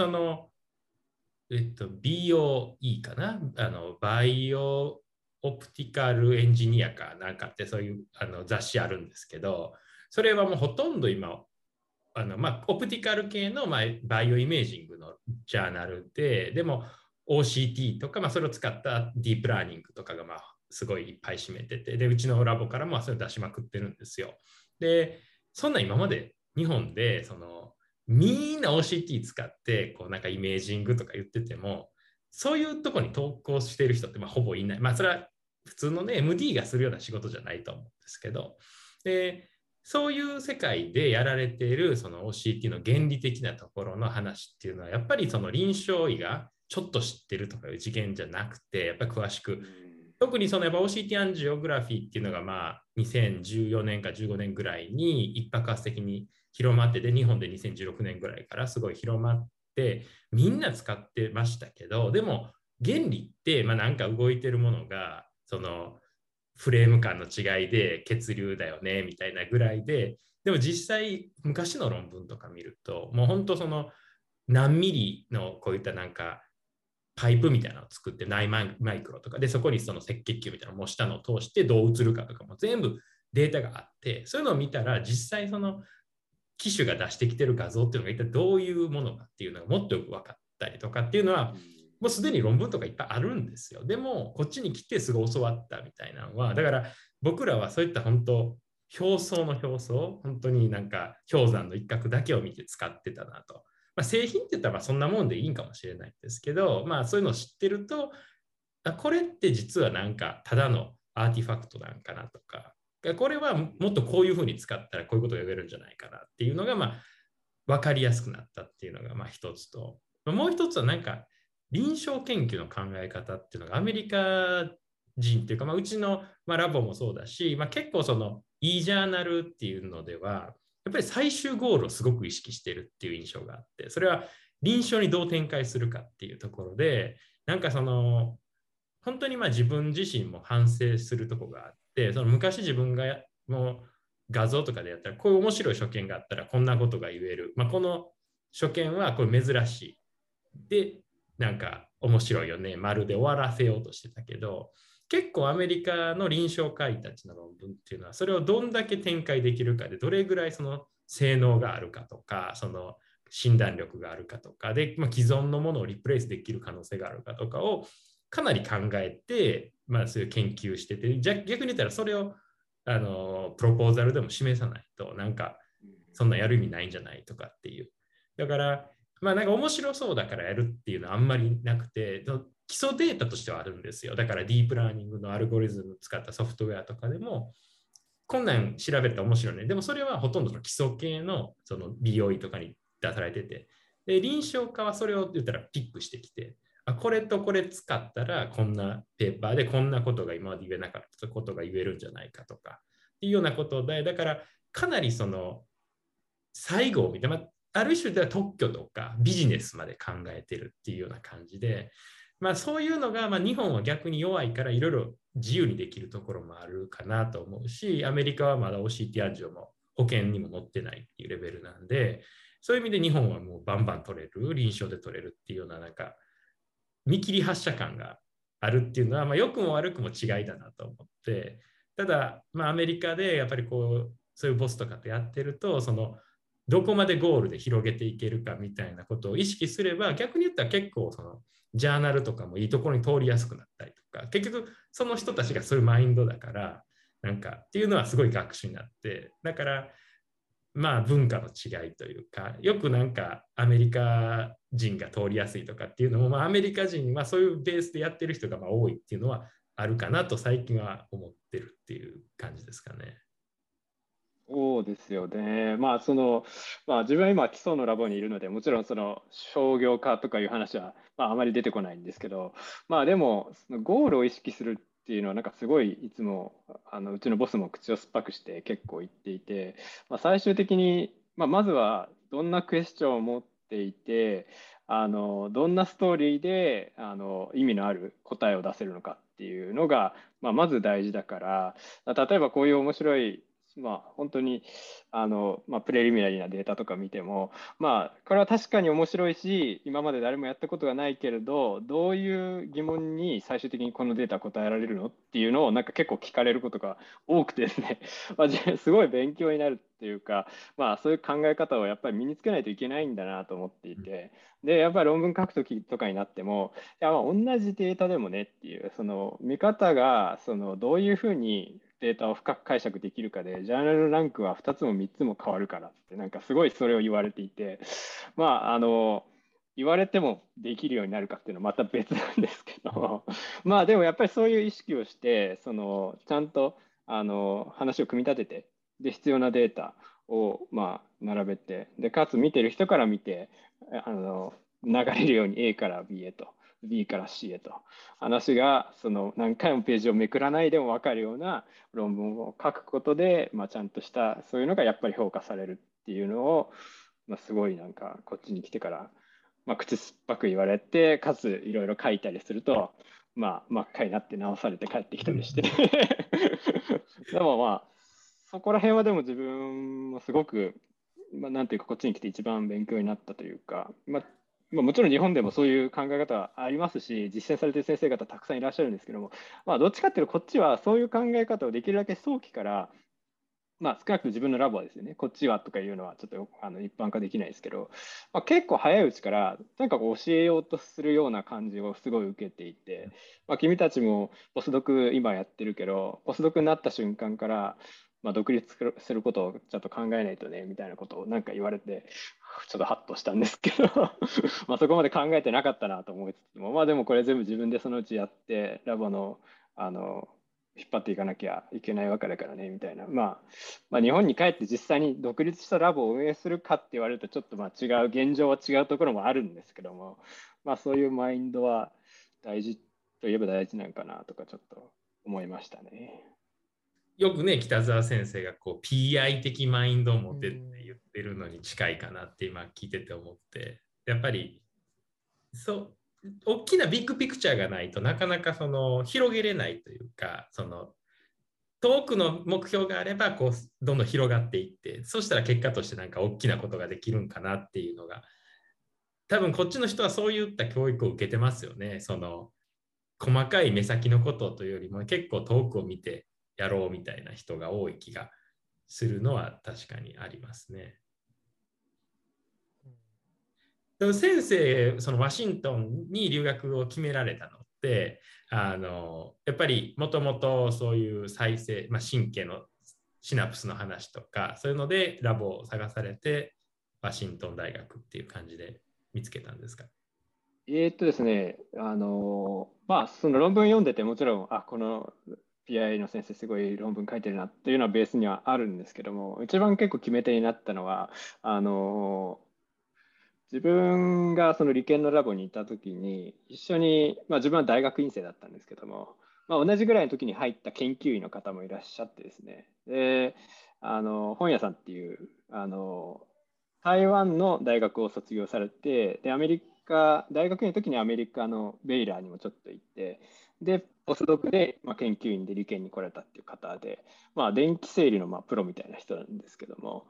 BOE かな、バイオオプティカルエンジニアかなんかってそういう雑誌あるんですけど、それはもうほとんど今、オプティカル系の、バイオイメージングのジャーナルで、でも OCT とか、それを使ったディープラーニングとかが、すごいいっぱい占めてて、で、うちのラボからもそれを出しまくってるんですよ。で、そんな今まで日本で、みんな OCT 使ってこうなんかイメージングとか言ってても、そういうところに投稿している人ってほぼいない。それは普通のね MD がするような仕事じゃないと思うんですけど、でそういう世界でやられているその OCT の原理的なところの話っていうのはやっぱりその臨床医がちょっと知ってるとかいう次元じゃなくて、やっぱり詳しく、特にやっぱ OCT アンジオグラフィーっていうのが2014年か15年ぐらいに一泊発的に広まって、で日本で2016年ぐらいからすごい広まってみんな使ってましたけど、でも原理ってなんか動いてるものがフレーム感の違いで血流だよねみたいなぐらいで、でも実際昔の論文とか見るともう本当何ミリのこういったなんかパイプみたいなのを作って内マイクロとかで、そこにその赤血球みたいなのを模したのを通してどう映るかとかも全部データがあって、そういうのを見たら実際機種が出してきてる画像っていうのが一体どういうものかっていうのがもっとよく分かったりとかっていうのはもうすでに論文とかいっぱいあるんですよ。でもこっちに来てすごい教わったみたいなのは、だから僕らはそういった本当表層の表層、本当になんか氷山の一角だけを見て使ってたなと。製品って言ったらそんなもんでいいんかもしれないんですけど、そういうのを知ってると、これって実はなんかただのアーティファクトなんかなとか、これはもっとこういうふうに使ったらこういうことが言えるんじゃないかなっていうのが分かりやすくなったっていうのが一つと、もう一つはなんか臨床研究の考え方っていうのがアメリカ人っていうか、うちのラボもそうだし、結構いいジャーナルっていうのではやっぱり最終ゴールをすごく意識してるっていう印象があって、それは臨床にどう展開するかっていうところで、なんか本当に自分自身も反省するところがあって、昔自分がもう画像とかでやったらこういう面白い所見があったらこんなことが言える、この所見はこれ珍しいでなんか面白いよね丸で終わらせようとしてたけど、結構アメリカの臨床家医たちの論文っていうのはそれをどんだけ展開できるかで、どれぐらい性能があるかとか診断力があるかとかで、既存のものをリプレイスできる可能性があるかとかをかなり考えて、そういう研究してて、逆に言ったらそれをプロポーザルでも示さないとなんかそんなやる意味ないんじゃないとかっていう。だからなんか面白そうだからやるっていうのはあんまりなくて、基礎データとしてはあるんですよ。だからディープラーニングのアルゴリズムを使ったソフトウェアとかでもこんなん調べたら面白いね。でもそれはほとんどの基礎系のBOE とかに出されてて、で臨床家はそれを言ったらピックしてきて、これとこれ使ったらこんなペーパーでこんなことが今まで言えなかったことが言えるんじゃないかとかっていうようなことで、だからかなり最後を見て、ある種では特許とかビジネスまで考えてるっていうような感じで、そういうのが、日本は逆に弱いからいろいろ自由にできるところもあるかなと思うし、アメリカはまだ OCT アンジオも保険にも載ってないっていうレベルなんで、そういう意味で日本はもうバンバン取れる、臨床で取れるっていうようななんか見切り発車感があるっていうのは、良くも悪くも違いだなと思って、ただ、アメリカでやっぱりそういうボスとかとやってると、どこまでゴールで広げていけるかみたいなことを意識すれば、逆に言ったら結構ジャーナルとかもいいところに通りやすくなったりとか、結局その人たちがそういうマインドだからなんかっていうのはすごい学習になって、だから文化の違いというか、よくなんかアメリカ人が通りやすいとかっていうのも、アメリカ人はそういうベースでやってる人が多いっていうのはあるかなと最近は思ってるっていう感じですかね。 そうですよね。自分は今基礎のラボにいるので、もちろん商業化とかいう話は、あまり出てこないんですけど、でもゴールを意識するっていうのはなんかすごいいつもうちのボスも口を酸っぱくして結構言っていて、最終的に、まずはどんなクエスチョンを持っていて、 どんなストーリーで意味のある答えを出せるのかっていうのが、まず大事だから、例えばこういう面白い、本当にプレリミナリーなデータとか見ても、これは確かに面白いし、今まで誰もやったことがないけれど、どういう疑問に最終的にこのデータ答えられるのっていうのをなんか結構聞かれることが多くてですね、すごい勉強になるっていうか、そういう考え方をやっぱり身につけないといけないんだなと思っていて、で、やっぱり論文書くときとかになっても、いや同じデータでもねっていう、その見方がどういうふうにデータを深く解釈できるかで、ジャーナルランクは2つも3つも変わるからって、なんかすごいそれを言われていて、言われてもできるようになるかっていうのはまた別なんですけど、でもやっぱりそういう意識をして、ちゃんと話を組み立てて、で、必要なデータを並べて、で、かつ見てる人から見て、流れるように A から B へと、B から C へと、話が何回もページをめくらないでも分かるような論文を書くことで、ちゃんとしたそういうのがやっぱり評価されるっていうのを、すごいなんかこっちに来てから、口酸っぱく言われて、かついろいろ書いたりすると、真っ赤になって直されて帰ってきたりしてでもそこら辺はでも自分もすごく、なんていうかこっちに来て一番勉強になったというか、もちろん日本でもそういう考え方はありますし、実践されている先生方たくさんいらっしゃるんですけども、どっちかっていうとこっちはそういう考え方をできるだけ早期から、少なくとも自分のラボはですよね、こっちはとかいうのはちょっと一般化できないですけど、結構早いうちからとにかく教えようとするような感じをすごい受けていて、君たちもポスドク今やってるけど、ポスドクになった瞬間から、独立することをちょっと考えないとねみたいなことをなんか言われて、ちょっとハッとしたんですけどそこまで考えてなかったなと思いつつも、でもこれ全部自分でそのうちやって、ラボの引っ張っていかなきゃいけないわけだからねみたいな、日本に帰って実際に独立したラボを運営するかって言われるとちょっと違う、現状は違うところもあるんですけども、そういうマインドは大事といえば大事なのかなとかちょっと思いましたね。 よくね、北澤先生がこう PI 的マインドを持てって言ってるのに近いかなって今聞いてて思って、やっぱりそう大きなビッグピクチャーがないとなかなか広げれないというか、遠くの目標があればこうどんどん広がっていって、そしたら結果としてなんか大きなことができるんかなっていうのが、多分こっちの人はそういった教育を受けてますよね。細かい目先のことというよりも結構遠くを見てやろうみたいな人が多い気がするのは確かにありますね。でも先生、ワシントンに留学を決められたのって、やっぱりもともとそういう再生、神経のシナプスの話とか、そういうのでラボを探されて、ワシントン大学っていう感じで見つけたんですか？ ですね、その論文読んでてもちろん、この PI の先生すごい論文書いてるなっていうのはベースにはあるんですけども、一番結構決め手になったのは、自分がその理研のラボにいた時に一緒に、自分は大学院生だったんですけども、同じぐらいの時に入った研究員の方もいらっしゃってですね、で本屋さんっていう台湾の大学を卒業されて、でアメリカ大学院の時にアメリカのベイラーにもちょっと行って、でポスドクで、研究員で理研に来られたっていう方で、電気整理のプロみたいな人なんですけども、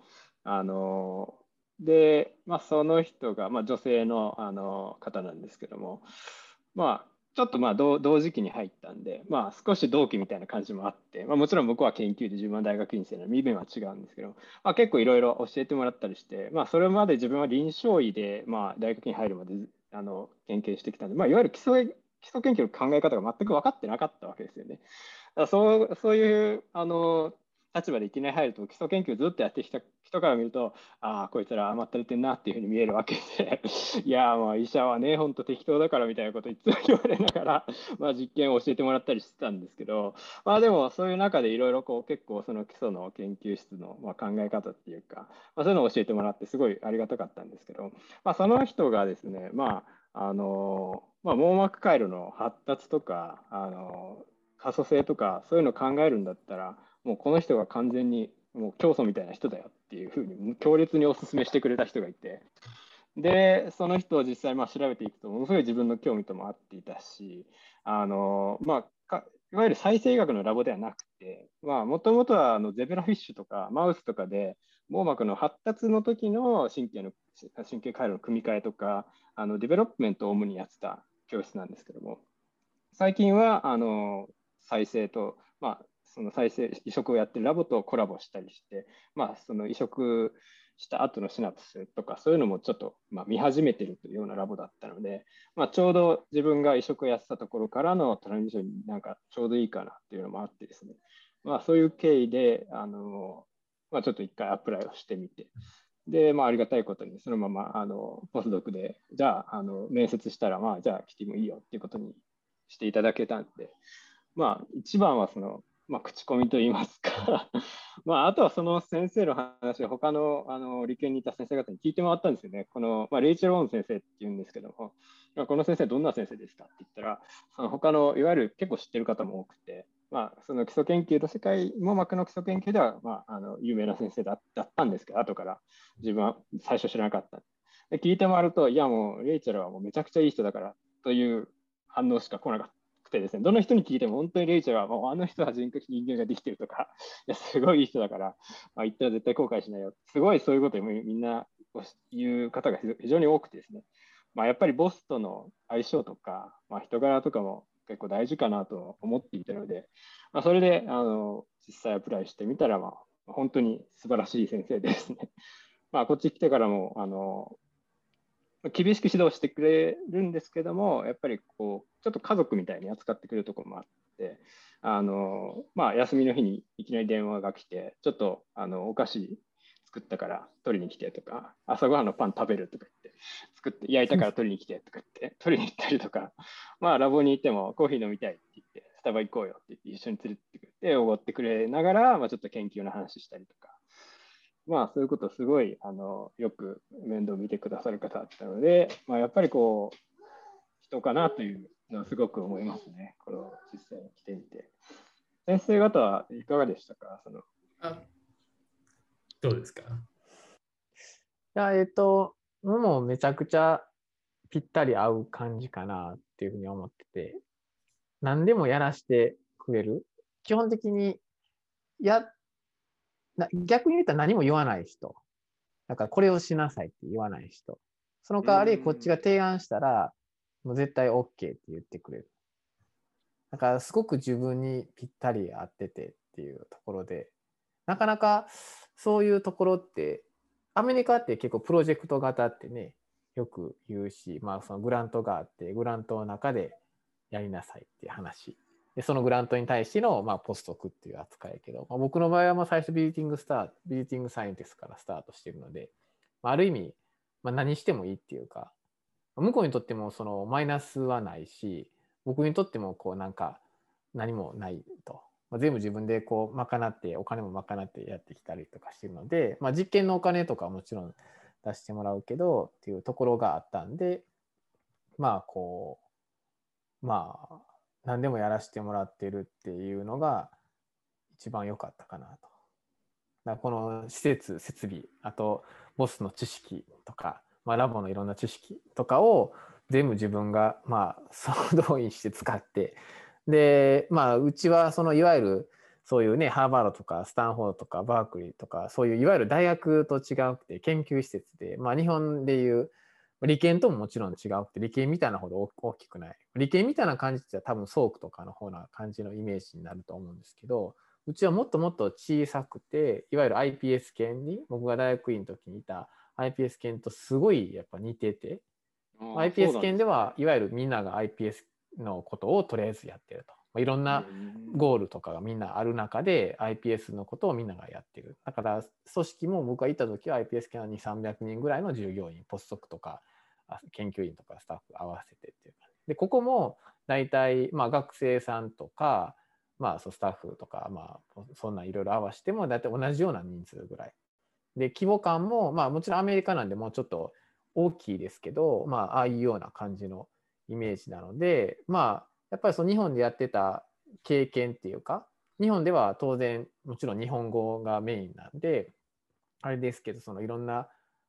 で、その人が、女性の、方なんですけども、ちょっと同時期に入ったんで、少し同期みたいな感じもあって、もちろん僕は研究で自分は大学院生なので身分は違うんですけど、結構いろいろ教えてもらったりして、それまで自分は臨床医で、大学に入るまで研究してきたんで、いわゆる基礎研究の考え方が全く分かってなかったわけですよね。だからそういう立場でいきなり入ると、基礎研究をずっとやってきた人から見ると、こいつら甘ったれてんなっていうふうに見えるわけで、いや医者はね、本当適当だからみたいなこといつも言われながら、実験を教えてもらったりしてたんですけど、でもそういう中でいろいろ結構その基礎の研究室の考え方っていうか、そういうのを教えてもらってすごいありがたかったんですけど、その人がですね、網膜回路の発達とか、可塑性とか、そういうのを考えるんだったら、もうこの人が完全にもう教祖みたいな人だよっていうふうに強烈にお勧めしてくれた人がいて、 で、その人を実際調べていくと、ものすごい自分の興味とも合っていたし、いわゆる再生医学のラボではなくて、もともとはゼブラフィッシュとかマウスとかで、網膜の発達の時の神経回路の組み換えとか、デベロップメントを主にやってた教室なんですけども、最近は再生と、その再生移植をやってるラボとコラボしたりして、その移植した後のシナプスとかそういうのもちょっと、見始めてるというようなラボだったので、ちょうど自分が移植をやってたところからのトランジションになんかちょうどいいかなっていうのもあってですね、そういう経緯でちょっと一回アプライをしてみて、で、ありがたいことにそのままポスドクでじゃあ面接したらじゃあ来てもいいよっていうことにしていただけたんで、一番はその、口コミといいますかあとはその先生の話を他の理研にいた先生方に聞いてもらったんですよね。この、レイチェル・オン先生っていうんですけども、この先生どんな先生ですかって言ったら、その他のいわゆる結構知ってる方も多くて、その基礎研究と世界網膜の基礎研究では、有名な先生だったんですけど、後から自分は最初知らなかった。で聞いてもらうと、いやもうレイチェルはもうめちゃくちゃいい人だからという反応しか来なかった。ですね、どの人に聞いても本当にレイチェルはもうあの人は人間ができてるとか、いやすごいいい人だから、言ったら絶対後悔しないよ。すごいそういうことをみんな言う方が非常に多くてですね、やっぱりボスとの相性とか、人柄とかも結構大事かなと思っていたので、それで実際アプライしてみたら、本当に素晴らしい先生ですね。こっち来てからも厳しく指導してくれるんですけども、やっぱりこうちょっと家族みたいに扱ってくれるところもあって、休みの日にいきなり電話が来て、ちょっとお菓子作ったから取りに来てとか、朝ごはんのパン食べるとか言って、作って焼いたから取りに来てとか言って、取りに行ったりとか、ラボに行ってもコーヒー飲みたいって言って、スタバ行こうよって言って一緒に連れてってくれて、おごってくれながら、ちょっと研究の話したりとか、そういうことをすごいよく面倒見てくださる方だったので、やっぱりこう人かなというのはすごく思いますね。この実際に来てみて。先生方はいかがでしたか？ どうですか？ いや、もうめちゃくちゃぴったり合う感じかなっていうふうに思ってて、何でもやらせてくれる。基本的に逆に言ったら何も言わない人。だからこれをしなさいって言わない人。その代わりこっちが提案したら、もう絶対 OK って言ってくれる。だからすごく自分にぴったり合っててっていうところで、なかなかそういうところって、アメリカって結構プロジェクト型ってね、よく言うし、そのグラントがあって、グラントの中でやりなさいっていう話。でそのグラントに対しての、ポストクっていう扱いやけど、僕の場合はもう最初ビジティングサイエンティストからスタートしてるので、ある意味、何してもいいっていうか、向こうにとってもそのマイナスはないし、僕にとってもこうなんか何もないと。全部自分でこう賄って、お金も賄ってやってきたりとかしてるので、実験のお金とかはもちろん出してもらうけどっていうところがあったんで、何でもやらせてもらってるっていうのが一番良かったかなと。だからこの設備、あとボスの知識とか、ラボのいろんな知識とかを全部自分が総動員して使って、でうちはそのいわゆるそういうね、ハーバードとかスタンフォードとかバークリーとかそういういわゆる大学と違くて研究施設で、日本でいう理研とももちろん違うくて、理系みたいなほど大きくない。理系みたいな感じって多分ソークとかの方な感じのイメージになると思うんですけど、うちはもっともっと小さくて、いわゆる iPS 研に、僕が大学院の時にいた iPS 研とすごいやっぱ似てて、iPS 研ではいわゆるみんなが iPS のことをとりあえずやってると。いろんなゴールとかがみんなある中で iPS のことをみんながやってる。だから組織も僕がいた時は iPS 研は2、300人ぐらいの従業員、ポストクとか研究員とかスタッフ合わせてっていう感じで、ここも大体学生さんとかスタッフとかそんないろいろ合わせても大体同じような人数ぐらいで、規模感ももちろんアメリカなんでもうちょっと大きいですけど、ああいうような感じのイメージなので、やっぱりその日本でやってた経験っていうか、日本では当然もちろん日本語がメインなんであれですけど、そのいろんな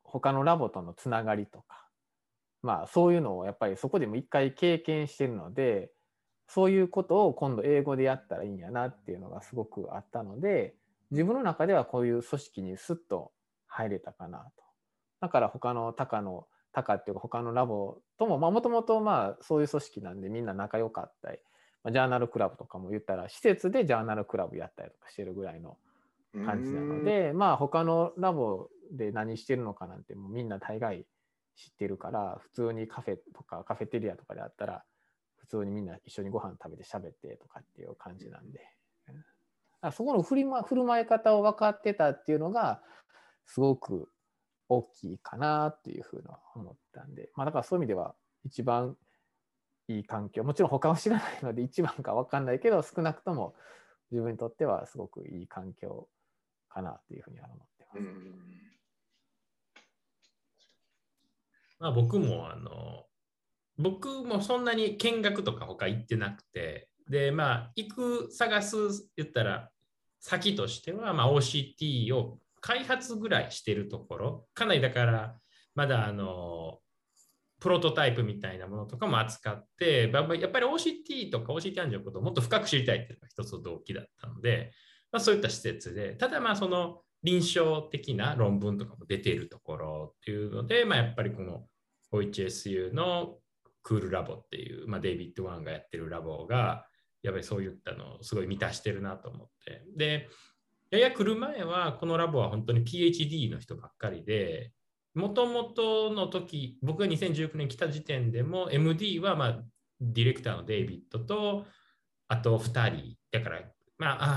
他のラボとのつながりとか、まあそういうのをやっぱりそこでも一回経験してるので、そういうことを今度英語でやったらいいんやなっていうのがすごくあったので、自分の中ではこういう組織にスッと入れたかなと。だから他のタカっていうか他のラボとももともとそういう組織なんでみんな仲良かったり、ジャーナルクラブとかも言ったら施設でジャーナルクラブやったりとかしてるぐらいの感じなので、他のラボで何してるのかなんてもうみんな大概知ってるから、普通にカフェとかカフェテリアとかであったら普通にみんな一緒にご飯食べて喋ってとかっていう感じなんで、そこの振る舞い方を分かってたっていうのがすごく大きいかなっていうふうに思ったんで、だからそういう意味では一番いい環境、もちろん他は知らないので一番か分かんないけど、少なくとも自分にとってはすごくいい環境かなというふうには思ってます。僕もそんなに見学とか他行ってなくて、で探す言ったら先としては、OCT を開発ぐらいしてるところ、かなりだからまだプロトタイプみたいなものとかも扱って、やっぱり OCT とか OCT アンジョのことをもっと深く知りたいっていうのが一つの動機だったので、そういった施設で、ただその臨床的な論文とかも出ているところっていうので、やっぱりこの OHSU のクールラボっていう、デイビッド・ワンがやってるラボが、やっぱりそういったのをすごい満たしてるなと思って。で、来る前は、このラボは本当に PhD の人ばっかりで、もともとの時、僕が2019年来た時点でも、MD はディレクターのデイビッドと、あと2人。だから、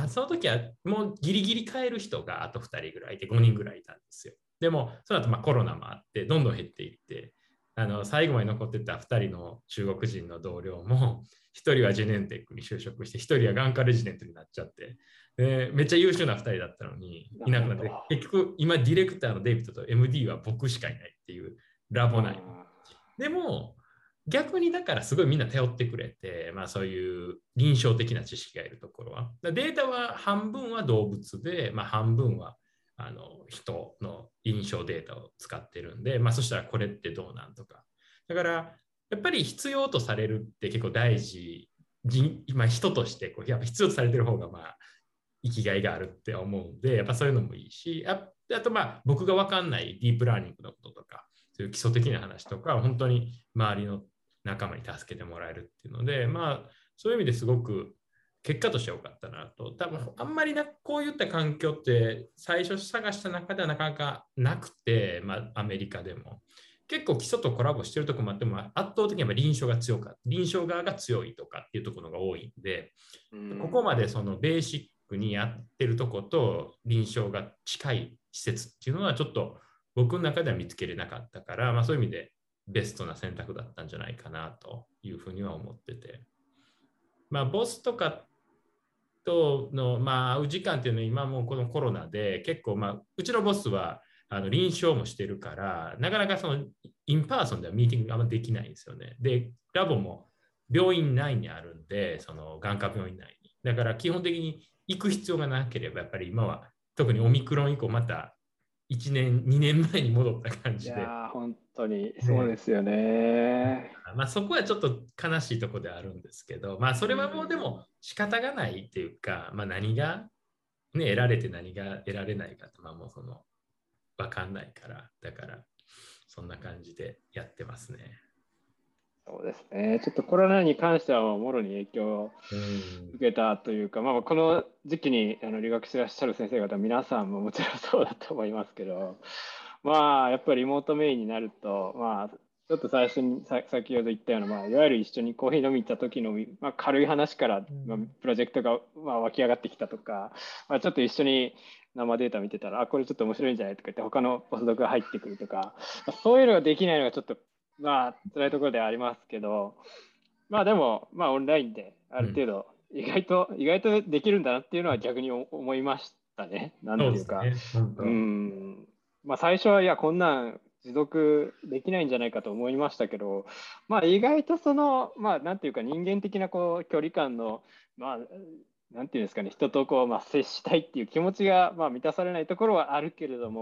その時はもうギリギリ変える人があと2人ぐらいいて、5人ぐらいいたんですよ。でも、その後コロナもあって、どんどん減っていって、最後まで残ってた2人の中国人の同僚も、1人はジェネンテックに就職して、1人は眼科レジデントになっちゃって、めっちゃ優秀な2人だったのにいなくなって、結局今ディレクターのデイビッドと MD は僕しかいないっていうラボ内。でも逆にだからすごいみんな頼ってくれて、そういう臨床的な知識がいるところは、データは半分は動物で、半分は人の臨床データを使ってるんで、そしたらこれってどうなんとか。だからやっぱり必要とされるって結構大事、今人としてやっぱ必要とされてる方が生きがいがあるって思うんで、やっぱそういうのもいいし、あと僕が分かんないディープラーニングのこととか、そういう基礎的な話とか、本当に周りの仲間に助けてもらえるっていうので、そういう意味ですごく結果として良かったなと。多分あんまりこういった環境って最初探した中ではなかなかなくて、アメリカでも。結構基礎とコラボしてるところもあっても、圧倒的には臨床が強かった。臨床側が強いとかっていうところが多いんで、ここまでそのベーシックにやってるとこと臨床が近い施設っていうのはちょっと僕の中では見つけれなかったから、そういう意味でベストな選択だったんじゃないかなというふうには思ってて。ボスとかとの、会う時間っていうのは今もこのコロナで結構、うちのボスは臨床もしてるから、なかなかそのインパーソンではミーティングがあんまできないんですよね。で、ラボも病院内にあるんで、その眼科病院内に。だから基本的に行く必要がなければ、やっぱり今は特にオミクロン以降、また1年、2年前に戻った感じで。 いや本当にそうですよね。 そこはちょっと悲しいところであるんですけど、それはもうでも仕方がないっていうか、何が、得られて何が得られないかって、もうその分かんないから、だからそんな感じでやってますね。 そうですね。ちょっとコロナに関してはもろに影響を受けたというか、この時期に留学してらっしゃる先生方、皆さんももちろんそうだと思いますけど、やっぱりリモートメインになると、ちょっと最初に先ほど言ったような、いわゆる一緒にコーヒー飲み行った時の、軽い話から、プロジェクトが、湧き上がってきたとか、ちょっと一緒に生データ見てたら、これちょっと面白いんじゃないとか言って、他のポスドクが入ってくるとか、そういうのができないのがちょっと、辛いところではありますけど、でも、オンラインである程度、意外とできるんだなっていうのは逆に思いましたね。なんていうか。最初は、いや、こんなん持続できないんじゃないかと思いましたけど、意外とその、なんていうか、人間的な距離感の、なんていうんですかね、人と接したいっていう気持ちが、満たされないところはあるけれども、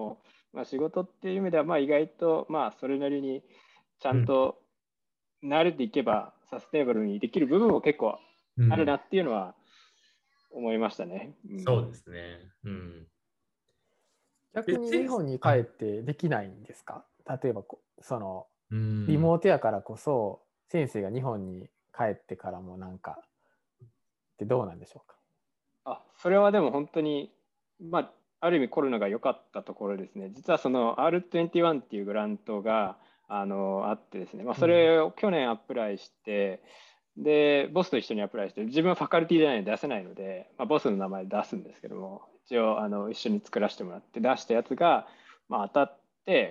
まあ、仕事っていう意味では、まあ、意外と、まあ、それなりにちゃうん。 んと慣れていけば、サステナブルにできる部分も結構あるなっていうのは思いましたね。 そうですね。うん。 逆に日本に帰ってできないんですか？例えばそのリモートやからこそ先生が日本に帰ってからもなんかってどうなんでしょうか？ それはでも本当に、まあ、ある意味コロナが良かったところですね。実はその R21 っていうグラントがあってですね、まあ、それを去年アプライして、で、ボスと一緒にアプライして、自分はファカルティじゃないので出せないので、まあ、ボスの名前出すんですけども、一応一緒に作らせてもらって出したやつが、まあ、当たって、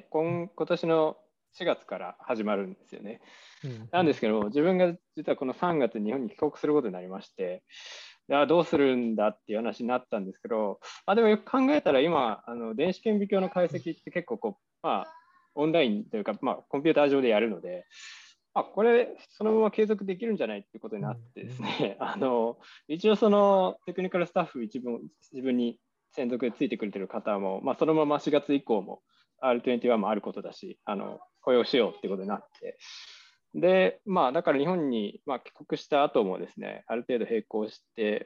今年の4月から始まるんですよね。なんですけども、自分が実はこの3月に日本に帰国することになりまして、どうするんだっていう話になったんですけど、でもよく考えたら今、電子顕微鏡の解析って結構まあ、オンラインというか、まあ、コンピューター上でやるので、これ、そのまま継続できるんじゃないっていうことになってですね、一応そのテクニカルスタッフ自分に専属でついてくれてる方も、まあ、そのまま4月以降も R21 もあることだし、雇用しようってことになって、で、まあ、だから日本に、まあ、帰国した後もですね、ある程度並行して、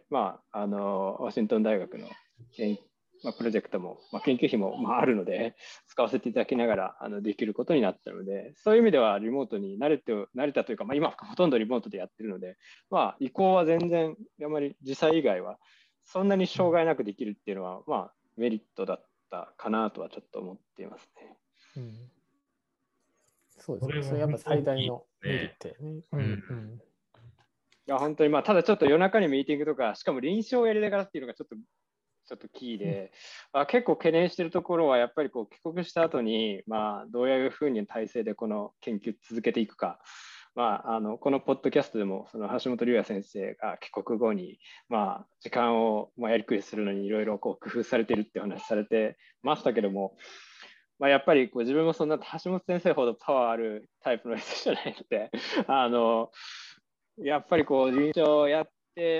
まあ、ワシントン大学のプロジェクトも、まあ、研究費も、まあ、あるので、使わせていただきながらできることになったので、そういう意味ではリモートに慣れたというか、まあ、今ほとんどリモートでやってるので、まあ、移行は全然、あまり時差以外は、そんなに障害なくできるっていうのは、まあ、メリットだったかなとはちょっと思っていますね。 そうですね。それやっぱ最大のメリットやね。 いや、本当に、まあ、ただちょっと夜中にミーティングとか、しかも臨床をやりながらっていうのがちょっとキーで、結構懸念しているところは、やっぱりこう帰国した後に、まあ、どういうふうに体制でこの研究続けていくか、まあ、このポッドキャストでも、その橋本龍也先生が帰国後に、まあ、時間をやりくりするのにいろいろ工夫されているっていう話されてましたけども、まあ、やっぱりこう自分もそんな橋本先生ほどパワーあるタイプの人じゃないので、やっぱりこう臨床やって、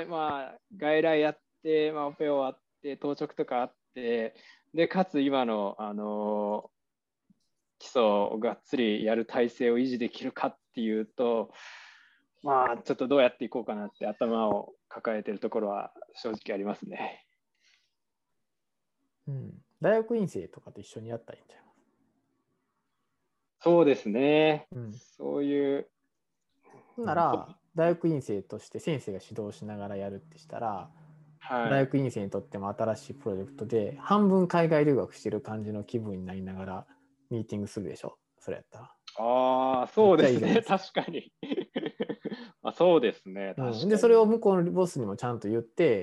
まあ、外来やって、まあ、オペ終わって当直とかあって、でかつ今の、基礎をがっつりやる体制を維持できるかっていうと、まあちょっとどうやっていこうかなって頭を抱えているところは正直ありますね。 大学院生とかと一緒にやったらいいんじゃない？ そうですね。そういう。 なら、大学院生として先生が指導しながらやるってしたら、大学院生にとっても新しいプロジェクトで、半分海外留学してる感じの気分になりながらミーティングするでしょ、それやったら。 そうですね、確かに。そうですね、確かに。 で、それを向こうのボスにもちゃんと言って、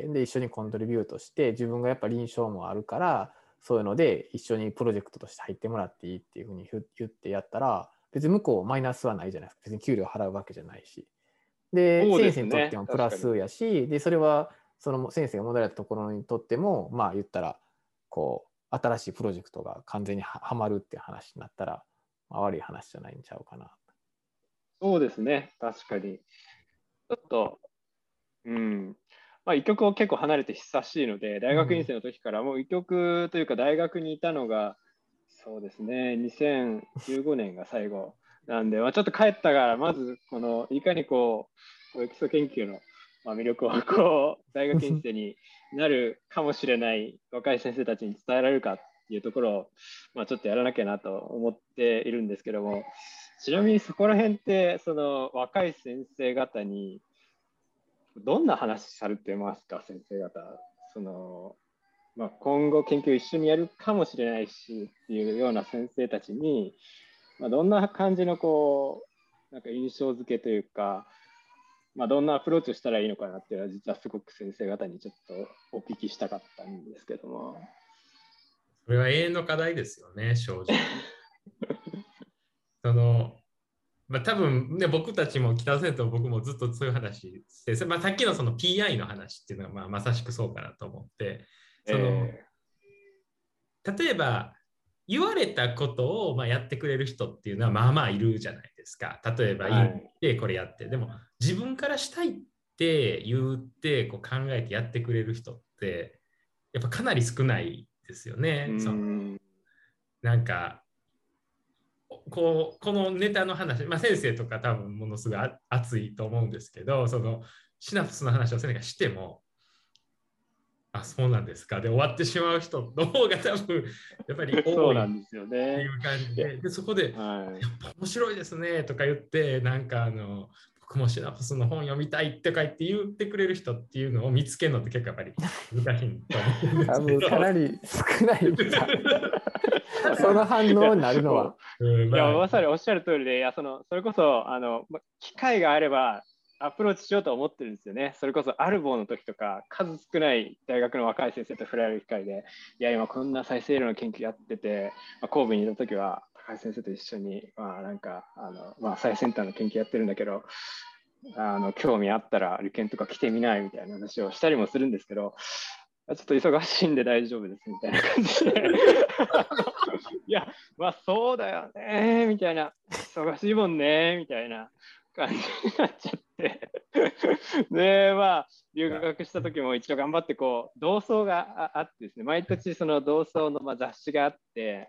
で、一緒にコントリビュートして、自分がやっぱ臨床もあるから、そういうので一緒にプロジェクトとして入ってもらっていいっていうふうに言ってやったら、別に向こうマイナスはないじゃないですか。別に給料払うわけじゃないし。で、先生にとってもプラスやし、で、それはその先生が戻られたところにとっても、まあ言ったら、こう、新しいプロジェクトが完全にはまるっていう話になったら、悪い話じゃないんちゃうかな。 そうですね、確かに。ちょっと、医局を結構離れて久しいので、大学院生の時からもう医局というか大学にいたのが、そうですね、2015年が最後なんで、ちょっと帰ったから、まずいかに基礎研究の魅力を大学院生になるかもしれない若い先生たちに伝えられるかっていうところを、ちょっとやらなきゃなと思っているんですけども、ちなみにそこら辺ってその若い先生方にどんな話されてますか、先生方。今後研究一緒にやるかもしれないしっていうような先生たちに、どんな感じのなんか印象付けというか、どんなアプローチをしたらいいのかなっていうのは、実はすごく先生方にちょっとお聞きしたかったんですけども。 それは永遠の課題ですよね、正直。多分ね、僕たちも北先生と僕もずっとそういう話して、さっきのその PI の話っていうのがまさしくそうかなと思って、例えば言われたことをやってくれる人っていうのはまあまあいるじゃないですか。例えば言ってこれやって、でも自分からしたいって言って考えてやってくれる人ってやっぱかなり少ないですよね。 なんかこのネタの話、まあ、先生とか多分ものすごい熱いと思うんですけど、そのシナプスの話を先生がしても、あ、そうなんですかで終わってしまう人の方が多分やっぱり多いそうなんですよね。 っていう感じいや、 で、そこで、 はい。 やっぱ面白いですねとか言って、なんか僕もシナプスの本読みたいとか言ってくれる人っていうのを見つけるのって結構やっぱり難しいと思うんですけ多分かなど。 り少ないか。その反いや、 応になるのは。 いや、 うん、まあ、 まさにおっしゃる通りで、いや、それこそ、機会があれば、アプローチしようと思ってるんですよね。それこそ、アルボーの時とか、数少ない大学の若い先生と触れ合える機会で、いや、今こんな再生医療の研究やってて、神戸にいた時は、高橋先生と一緒に、最先端の研究やってるんだけど、興味あったら、理研とか来てみないみたいな話をしたりもするんですけど、ちょっと忙しいんで大丈夫ですみたいな感じでいや、まあそうだよね、みたいな、忙しいもんね、みたいな感じになっちゃって。で、まあ、留学した時も一応頑張って同窓があってですね、毎年その同窓の雑誌があって、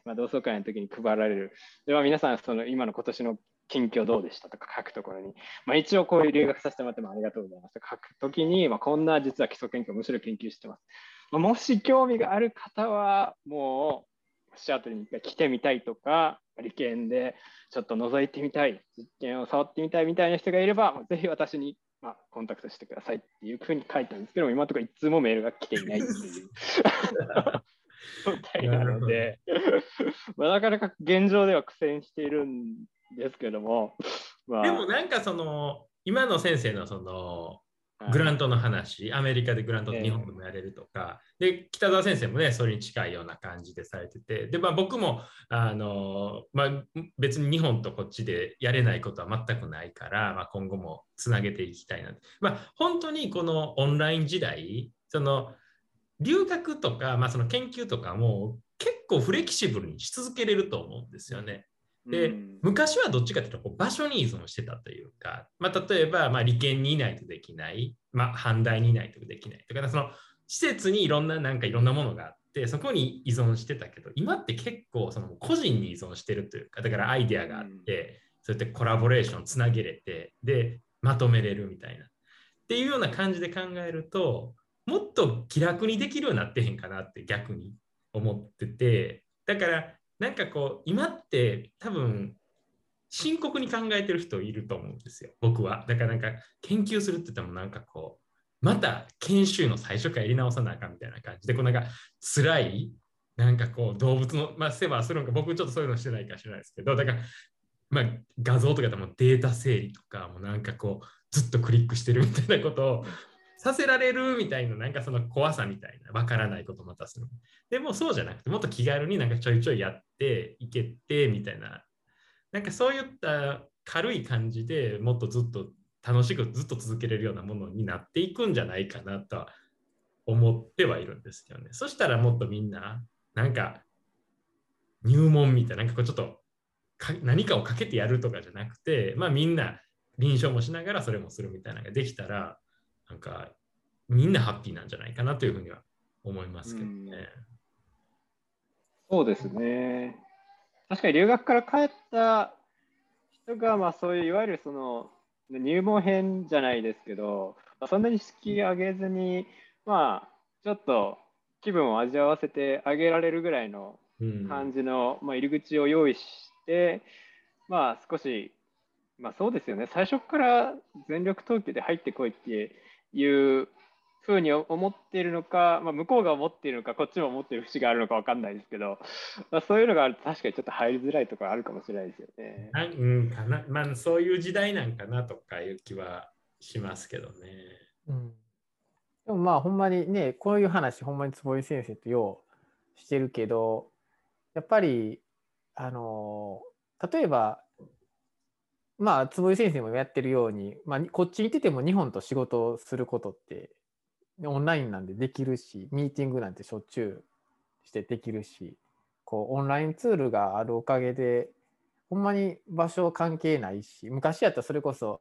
同窓会の時に配られる。で、皆さん、今年の近況どうでしたとか書くところに、一応こういう留学させてもらってもありがとうございますと書くときに、こんな実は基礎研究、面白い研究してます。もし興味がある方は、もう、シアトルに一回来てみたいとか、理研でちょっと覗いてみたい、実験を触ってみたいみたいな人がいれば、ぜひ私に、コンタクトしてくださいっていうふうに書いたんですけども、今のところ一通もメールが来ていないっていう状態なので、なかなか現状では苦戦しているんですけども、 でもなんか今の先生のグラントの話、アメリカでグラントって日本でもやれるとか、で、北澤先生もね、それに近いような感じでされてて、で、僕も、別に日本とこっちでやれないことは全くないから、今後もつなげていきたいな。本当にこのオンライン時代、留学とか、その研究とかも結構フレキシブルにし続けれると思うんですよね。で、昔はどっちかというと場所に依存してたというか、例えば理研にいないとできない、阪大にいないとできないとか、その施設にいろんなものがあって、そこに依存してたけど、今って結構個人に依存してるというか、だからアイデアがあって、そうやってコラボレーションつなげれて、で、まとめれるみたいな。っていうような感じで考えると、もっと気楽にできるようになってへんかなって逆に思ってて、だから今って多分深刻に考えてる人いると思うんですよ、僕は。だから研究するって言ってもまた研修の最初からやり直さなあかんみたいな感じで、辛い動物の、世話するのか、僕ちょっとそういうのしてないか知らないですけど、だから画像とかでもデータ整理とかもずっとクリックしてるみたいなことをさせられるみたいな、その怖さみたいな、わからないことまたする。でもそうじゃなくて、もっと気軽にちょいちょいやっていけてみたいな、そういった軽い感じでもっとずっと楽しくずっと続けれるようなものになっていくんじゃないかなとは思ってはいるんですよね。そしたらもっとみんな、入門みたいな、ちょっと何かをかけてやるとかじゃなくて、みんな臨床もしながらそれもするみたいなのができたら、みんなハッピーなんじゃないかなというふうには思いますけどね。 そうですね。確かに留学から帰った人が、そういういわゆる入門編じゃないですけど、そんなに敷居上げずに、ちょっと気分を味わわせてあげられるぐらいの感じの、入り口を用意して、少し、そうですよね、最初から全力投球で入ってこいっていうふうに思っているのか、向こうが思っているのか、こっちも思っている節があるのか分かんないですけど、そういうのがあると確かにちょっと入りづらいところあるかもしれないですよね。 かな、そういう時代なんかなとかいう気はしますけどね。 でもほんまにね、こういう話ほんまに坪井先生とようしてるけど、やっぱり例えば坪井先生もやってるように、こっちにいてても日本と仕事をすることってオンラインなんでできるし、ミーティングなんてしょっちゅうしてできるし、オンラインツールがあるおかげでほんまに場所関係ないし、昔やったらそれこそ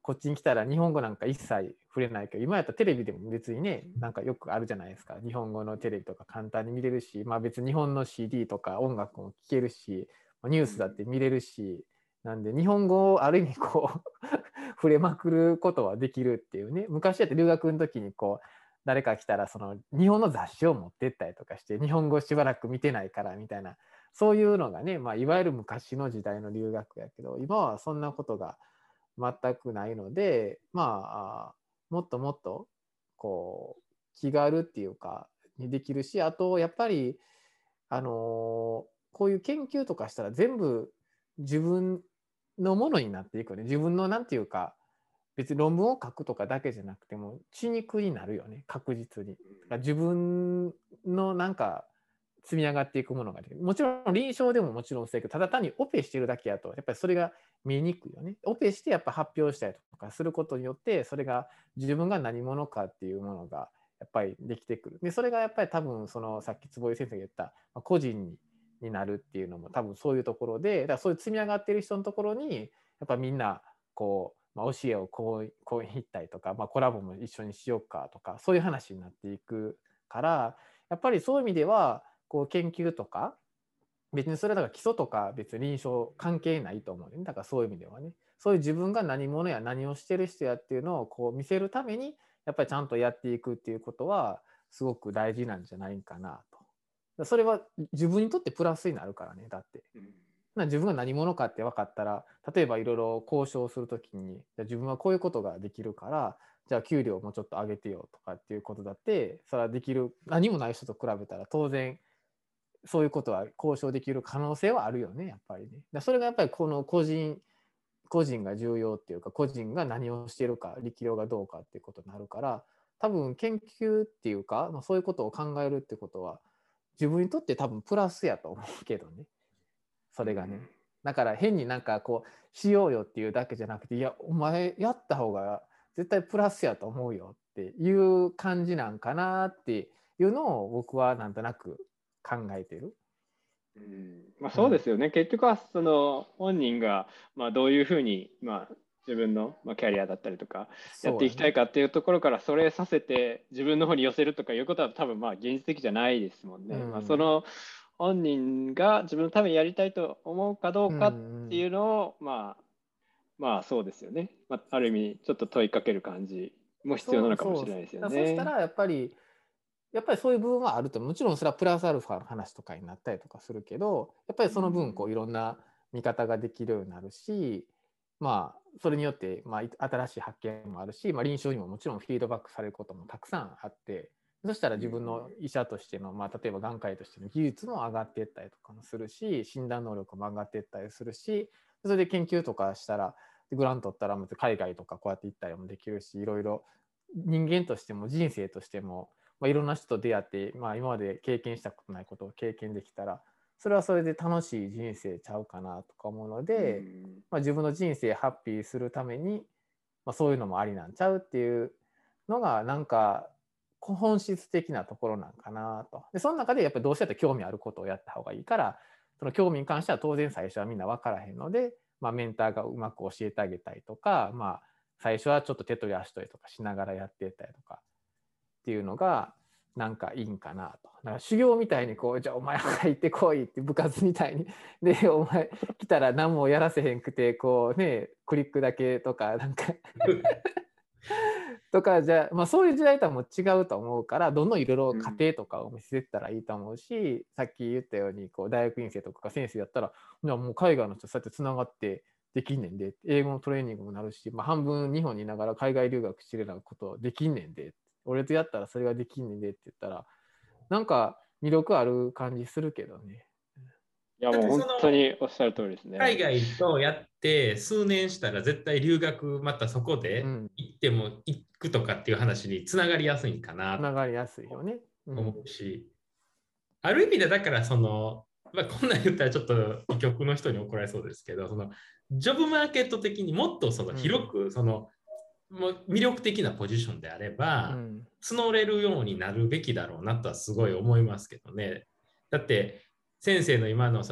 こっちに来たら日本語なんか一切触れないけど、今やったらテレビでも別にね、なんかよくあるじゃないですか。日本語のテレビとか簡単に見れるし、まあ別に日本の CD とか音楽も聴けるし、ニュースだって見れるし、なんで日本語をある意味こう触れまくることはできるっていうね。昔だって留学の時にこう誰か来たらその日本の雑誌を持ってったりとかして、日本語しばらく見てないからみたいな、そういうのがね、まあいわゆる昔の時代の留学やけど、今はそんなことが全くないので、まあもっともっとこう気軽っていうかにできるし、あとやっぱりこういう研究とかしたら全部自分のものになっていくよね。自分のなんていうか、別に論文を書くとかだけじゃなくても血肉になるよね、確実に。自分のなんか積み上がっていくものができる。もちろん臨床でももちろんそうやけど、ただ単にオペしてるだけやとやっぱりそれが見えにくいよね。オペしてやっぱ発表したりとかすることによって、それが自分が何者かっていうものがやっぱりできてくる。でそれがやっぱり多分そのさっき坪井先生が言った個人になるっていうのも多分そういうところで、だからそういう積み上がってる人のところにやっぱみんなこう、教えをこう言ったりとか、コラボも一緒にしようかとか、そういう話になっていくから、やっぱりそういう意味ではこう研究とか別にそれだから基礎とか別に臨床関係ないと思うね。だからそういう意味ではね、そういう自分が何者や何をしてる人やっていうのをこう見せるためにやっぱりちゃんとやっていくっていうことはすごく大事なんじゃないかなと。それは自分にとってプラスになるからね。だって自分が何者かって分かったら、例えばいろいろ交渉するときに、じゃあ自分はこういうことができるから、じゃあ給料もうちょっと上げてよとかっていうことだって、それはできる、何もない人と比べたら当然そういうことは交渉できる可能性はあるよね、やっぱりね。それがやっぱりこの個人が重要っていうか、個人が何をしているか、力量がどうかっていうことになるから、多分研究っていうか、そういうことを考えるってことは自分にとって多分プラスやと思うけどね。それがね。だから変になんかこうしようよっていうだけじゃなくて、いやお前やった方が絶対プラスやと思うよっていう感じなんかなっていうのを僕はなんとなく考えてる。 そうですよね。結局はその本人がどういうふうに自分のキャリアだったりとかやっていきたいかっていうところからそれさせて自分の方に寄せるとかいうことは多分現実的じゃないですもんね。その本人が自分のためにやりたいと思うかどうかっていうのをそうですよね。ある意味ちょっと問いかける感じも必要なのかもしれないですよね。 そうしたらやっぱりそういう部分はあると、もちろんそれはプラスアルファの話とかになったりとかするけど、やっぱりその分こういろんな見方ができるようになるし、それによって新しい発見もあるし、臨床にももちろんフィードバックされることもたくさんあって、そしたら自分の医者としての、例えば眼科医としての技術も上がっていったりとかもするし、診断能力も上がっていったりするし、それで研究とかしたらグラント取ったら海外とかこうやって行ったりもできるし、いろいろ人間としても人生としてもいろんな人と出会って、今まで経験したことないことを経験できたら、それはそれで楽しい人生ちゃうかなとか思うので、自分の人生ハッピーするために、そういうのもありなんちゃうっていうのがなんか本質的なところなんかなと。でその中でやっぱりどうしても興味あることをやった方がいいから、その興味に関しては当然最初はみんな分からへんので、メンターがうまく教えてあげたりとか、最初はちょっと手取り足取りとかしながらやっていったりとかっていうのがなんかいいんかなと。だから修行みたいにこう、じゃあお前入ってこいって部活みたいにでお前来たら何もやらせへんくてこうねクリックだけとかなんかとかじゃそういう時代とはもう違うと思うから、どんどんいろいろ家庭とかを見せてったらいいと思うし、さっき言ったようにこう大学院生とか先生やったらもう海外の人そうやってつながってできんねんで、英語のトレーニングもなるし、半分日本にいながら海外留学してるようなことできんねんで、俺とやったらそれができんねんでって言ったらなんか魅力ある感じするけどね。 いやもう本当におっしゃる通りですね。 海外とやって数年したら絶対留学またそこで行っても行くとかっていう話につながりやすいかなつながりやすいよね。 思うし、ある意味でだからその、こんなん言ったらちょっと医局の人に怒られそうですけど、そのジョブマーケット的にもっとその広くその、もう魅力的なポジションであれば、募れるようになるべきだろうなとはすごい思いますけどね。だって先生の今のそうやって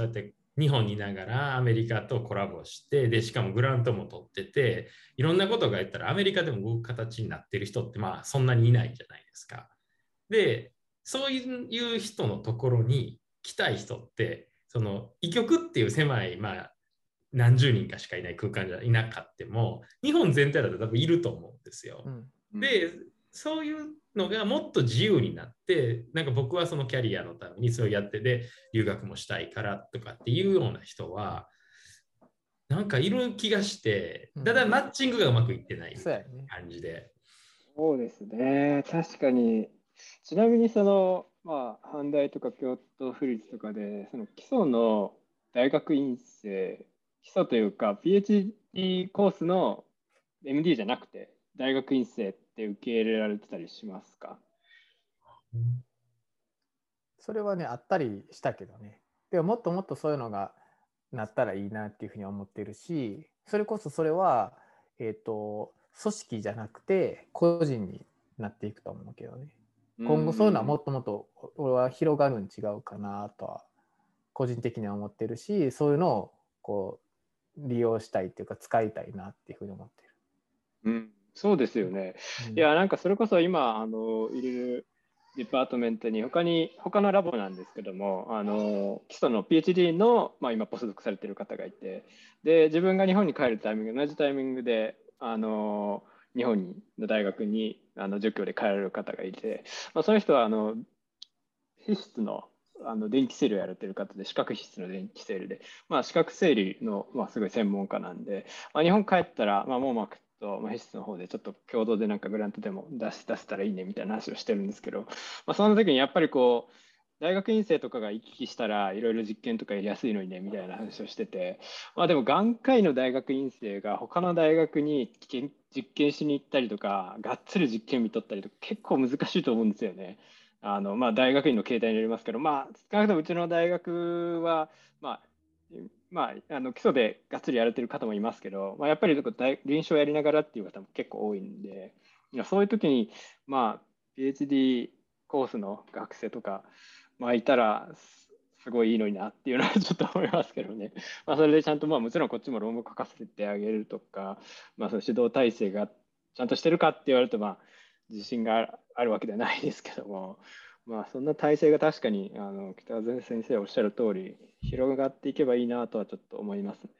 日本にいながらアメリカとコラボして、でしかもグラントも取ってて、いろんなことが言ったらアメリカでも動く形になってる人ってまあそんなにいないじゃないですか。で、そういう人のところに来たい人って、その医局っていう狭い、まあ、何十人かしかいない空間じゃいなかっても、日本全体だと多分いると思うんですよ。で、そういうのがもっと自由になって、なんか僕はそのキャリアのためにそうやってで留学もしたいからとかっていうような人は、なんかいる気がして、ただマッチングがうまくいってないみたいな感じで。 そうですね、確かに。ちなみにその、まあ、阪大とか京都府立とかで、その基礎の大学院生、基礎というか、PhD コースの MD じゃなくて、大学院生って受け入れられてたりしますか？ それはね、あったりしたけどね。でももっともっとそういうのがなったらいいなっていうふうに思ってるし、それこそそれは、組織じゃなくて個人になっていくと思うけどね。今後そういうのはもっともっと俺は広がるに違うかなとは個人的には思ってるし、そういうのをこう利用したいっていうか使いたいなっていうふうに思ってる。 そうですよね。いや、なんかそれこそ今、いるデパートメントに他のラボなんですけども、基礎の PhD の、まあ、今ポスドクされてる方がいて、で、自分が日本に帰るタイミング、同じタイミングで、日本の大学に授業で帰られる方がいて、まあ、その人は皮質の電気整理をやられてる方で、歯科皮質の電気整理で、まあ、歯科整理の、まあ、すごい専門家なんで、まあ、日本帰ったら、まあ、網膜と、まあ、皮質の方でちょっと共同でなんかグラントでも出せたらいいねみたいな話をしてるんですけど、まあ、その時にやっぱりこう、大学院生とかが行き来したらいろいろ実験とかやりやすいのにねみたいな話をしてて、まあ、でも眼科医の大学院生が他の大学に実験しに行ったりとか、がっつり実験見とったりとか結構難しいと思うんですよね。まあ、大学院の形態によりますけど、まあ、少なくともうちの大学は、基礎でがっつりやれてる方もいますけど、まあ、やっぱり臨床やりながらっていう方も結構多いんで、そういう時に、まあ、PhD コースの学生とか、まあ、いたら、すごいいいのになっていうのはちょっと思いますけどね。まあ、それでちゃんと、まあ、もちろんこっちも論文書かせてあげるとか、まあ、その指導体制がちゃんとしてるかって言われると、まあ、自信があるわけではないですけども、まあ、そんな体制が確かに北澤先生おっしゃる通り広がっていけばいいなとはちょっと思いますね。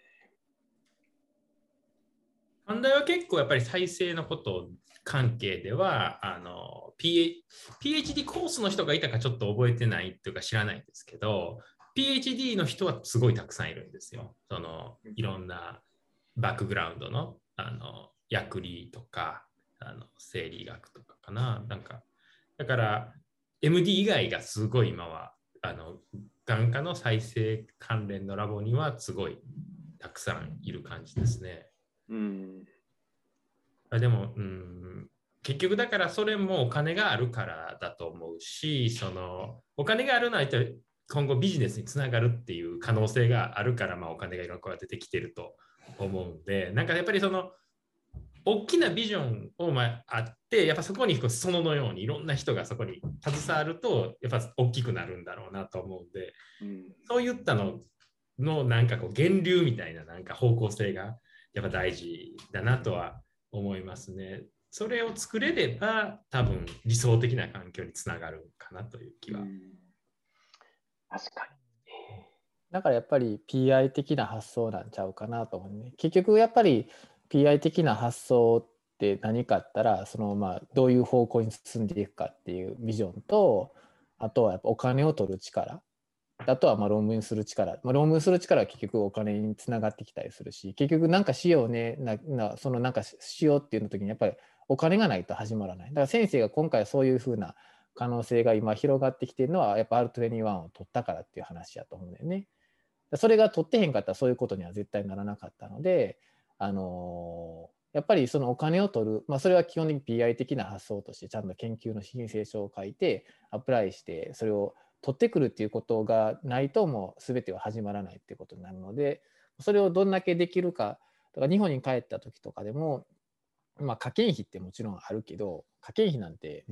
阪大は結構やっぱり再生のこと関係ではPhD コースの人がいたかちょっと覚えてないというか知らないんですけど、 PhD の人はすごいたくさんいるんですよ。そのいろんなバックグラウンドの薬理とか生理学とかかな、なんかだから MD 以外がすごい今は眼科の再生関連のラボにはすごいたくさんいる感じですね。でも、結局だからそれもお金があるからだと思うし、そのお金があるのは今後ビジネスにつながるっていう可能性があるから、まあ、お金がいろいろこうやって出てきてると思うんで、なんかやっぱりその大きなビジョンをあって、やっぱそこにそのようにいろんな人がそこに携わるとやっぱ大きくなるんだろうなと思うんで、そういったののなんかこう源流みたいななんか方向性がやっぱ大事だなとは思いますね。それを作れれば多分理想的な環境につながるかなという気は。 確かに。 だからやっぱり PI 的な発想なんちゃうかなと思うね。結局やっぱり PI 的な発想って何かって言ったら、そのまあどういう方向に進んでいくかっていうビジョンと、あとはやっぱお金を取る力、あとはまあ論文する力、論文する力は結局お金につながってきたりするし、結局なんかしようね、そのなんかしようっていう時にやっぱりお金がないと始まらない。だから先生が今回そういうふうな可能性が今広がってきているのはやっぱ R21 を取ったからっていう話だと思うんだよね。それが取ってへんかったらそういうことには絶対ならなかったので、やっぱりそのお金を取る、それは基本的に PI 的な発想としてちゃんと研究の申請書を書いてアプライしてそれを取ってくるっていうことがないともう全ては始まらないっていうことになるので、それをどんだけできるか。だから日本に帰った時とかでも、科研費ってもちろんあるけど、科研費なんて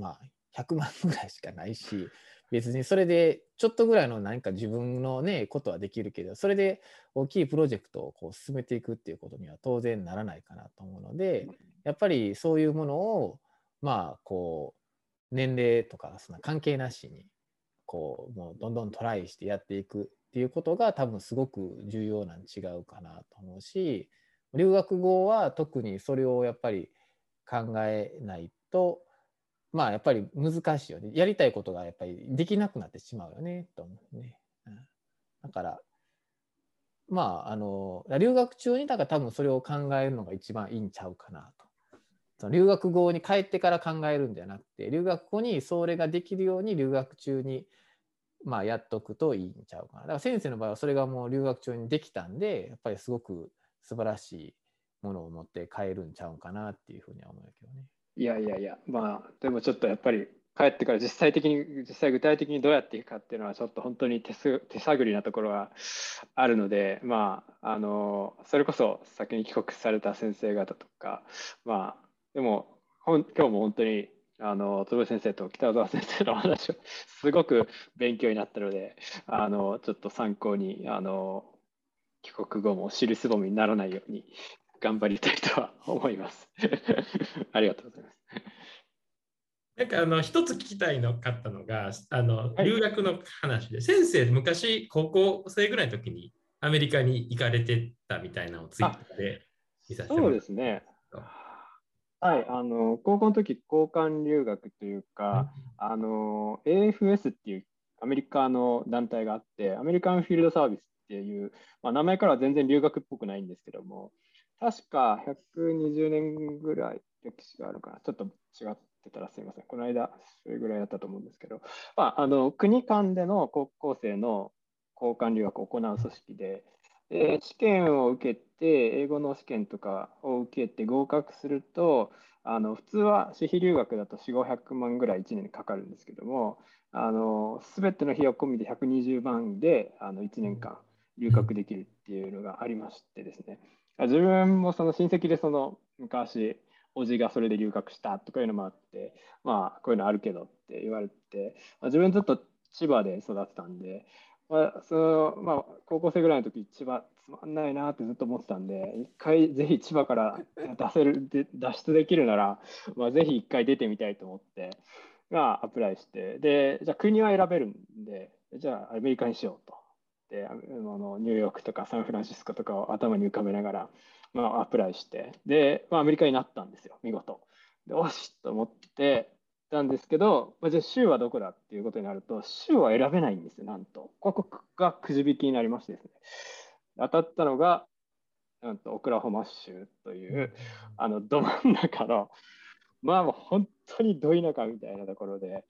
100万ぐらいしかないし、別にそれでちょっとぐらいの何か自分のね、ことはできるけど、それで大きいプロジェクトをこう進めていくっていうことには当然ならないかなと思うので、やっぱりそういうものを、まあ、こう、年齢とかそんな関係なしに、こう、もうどんどんトライしてやっていくっていうことが多分すごく重要なん違うかなと思うし、留学後は特にそれをやっぱり考えないと、まあやっぱり難しいよね。やりたいことがやっぱりできなくなってしまうよねと思うね。だからまあ留学中にだから多分それを考えるのが一番いいんちゃうかなと。その留学後に帰ってから考えるんじゃなくて、留学後にそれができるように留学中にまあやっとくといいんちゃうかな。だから先生の場合はそれがもう留学中にできたんで、やっぱりすごく素晴らしいものを持って帰るんちゃうかなっていうふうには思うけどね。 いやいやいや、まあ、でもちょっとやっぱり帰ってから実際具体的にどうやっていくかっていうのはちょっと本当に手探りなところがあるので、まあ、それこそ先に帰国された先生方とか、まあ、でも今日も本当に戸先生と北澤先生の話をすごく勉強になったので、ちょっと参考に、帰国後も尻すぼみにならないように頑張りたいとは思います。ありがとうございます。 なんか一つ聞きたいのかったのが、 はい、 留学の話で、先生、昔、高校生ぐらいの時にアメリカに行かれてたみたいなのをツイッターで見させてそうもらっですね。 たんですはい、高校の時交換留学というけど。 か、AFS っていうアメリカの団体があって、アメリカンフィールドサービスっていう、まあ、名前からは全然留学っぽくないんですけども、確か120年ぐらい歴史があるかな。ちょっと違ってたらすみません。この間、それぐらいだったと思うんですけど、まあ、国間での高校生の交換留学を行う組織で、試験を受けて、英語の試験とかを受けて合格すると、普通は私費留学だと4、500万ぐらい1年にかかるんですけども、すべての費用込みで120万で1年間留学できるっていうのがありましてですね、自分もその親戚でその昔、おじがそれで留学したとかいうのもあって、まあ、こういうのあるけどって言われて、自分ずっと千葉で育ってたんで、高校生ぐらいの時、千葉つまんないなってずっと思ってたんで、一回ぜひ千葉から脱出できるなら、ぜひ一回出てみたいと思って、アプライして、で、じゃあ国は選べるんで、じゃあアメリカにしようと。で、ニューヨークとかサンフランシスコとかを頭に浮かべながら、アプライして、で、アメリカになったんですよ、見事。で、おしと思ってたんですけど、じゃあ州はどこだっていうことになると、州は選べないんですよ、なんと。ここがくじ引きになりましてですね。当たったのが、なんとオクラホマ州という、ど真ん中の、もう本当にど田舎みたいなところで、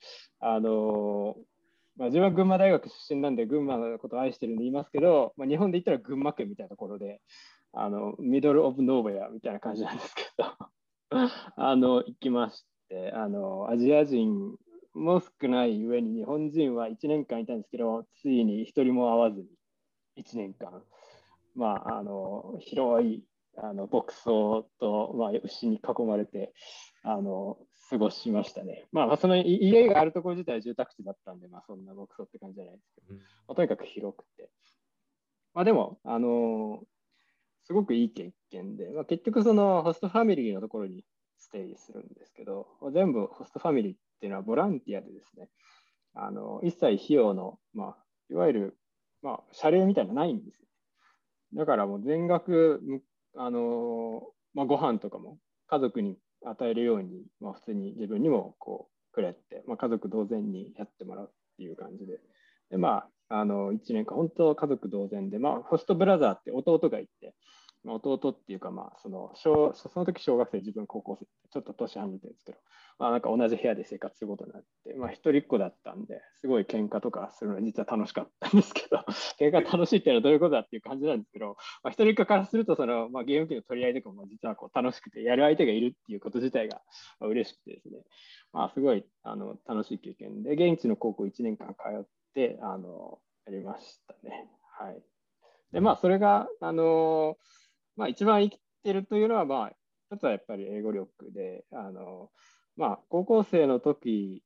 自分は群馬大学出身なんで群馬のことを愛してるんで言いますけど、日本で言ったら群馬県みたいなところで、ミドル・オブ・ノーウェアみたいな感じなんですけど、行きまして、アジア人も少ない上に日本人は1年間いたんですけど、ついに1人も会わずに1年間、広い牧草と、牛に囲まれて過ごしましたね。その家があるところ自体は住宅地だったんで、そんな牧草って感じじゃないですけど、とにかく広くて。でも、すごくいい経験で、結局そのホストファミリーのところにステイするんですけど、全部ホストファミリーっていうのはボランティアでですね、一切費用の、いわゆる、謝礼みたいなのないんですよ。だからもう全額、ご飯とかも家族に与えるように、普通に自分にもこうくれて、家族同然にやってもらうっていう感じで。で、1年間、本当家族同然で、ホストブラザーって弟がいて、弟っていうか、その時小学生、自分高校生、ちょっと年離れてるんですけど、なんか同じ部屋で生活することになって、一人っ子だったんで、すごい喧嘩とかするのは実は楽しかったんですけど、喧嘩楽しいっていうのはどういうことだっていう感じなんですけど、一人っ子からすると、そのゲーム機の取り合いとかも実はこう楽しくて、やる相手がいるっていうこと自体が嬉しくてですね、すごい楽しい経験で、現地の高校1年間通ってやりましたね。はい。で、それが、一番生きてるというのは、一つはやっぱり英語力で、高校生の時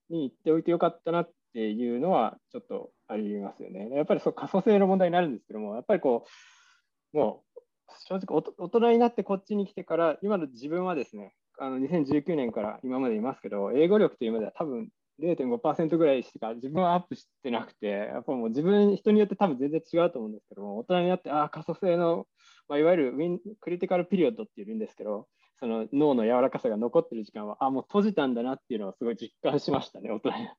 に行っておいてよかったなっていうのはちょっとありますよね。やっぱりそう可塑性の問題になるんですけども、やっぱりこう、もう正直大人になってこっちに来てから、今の自分はですね、2019年から今までいますけど、英語力という意味では多分0.5% ぐらいしか自分はアップしてなくて、やっぱもう自分、人によって多分全然違うと思うんですけども、大人になって、可塑性の、いわゆるクリティカルピリオドっていうんですけど、その脳の柔らかさが残ってる時間は、もう閉じたんだなっていうのをすごい実感しましたね、大人になって。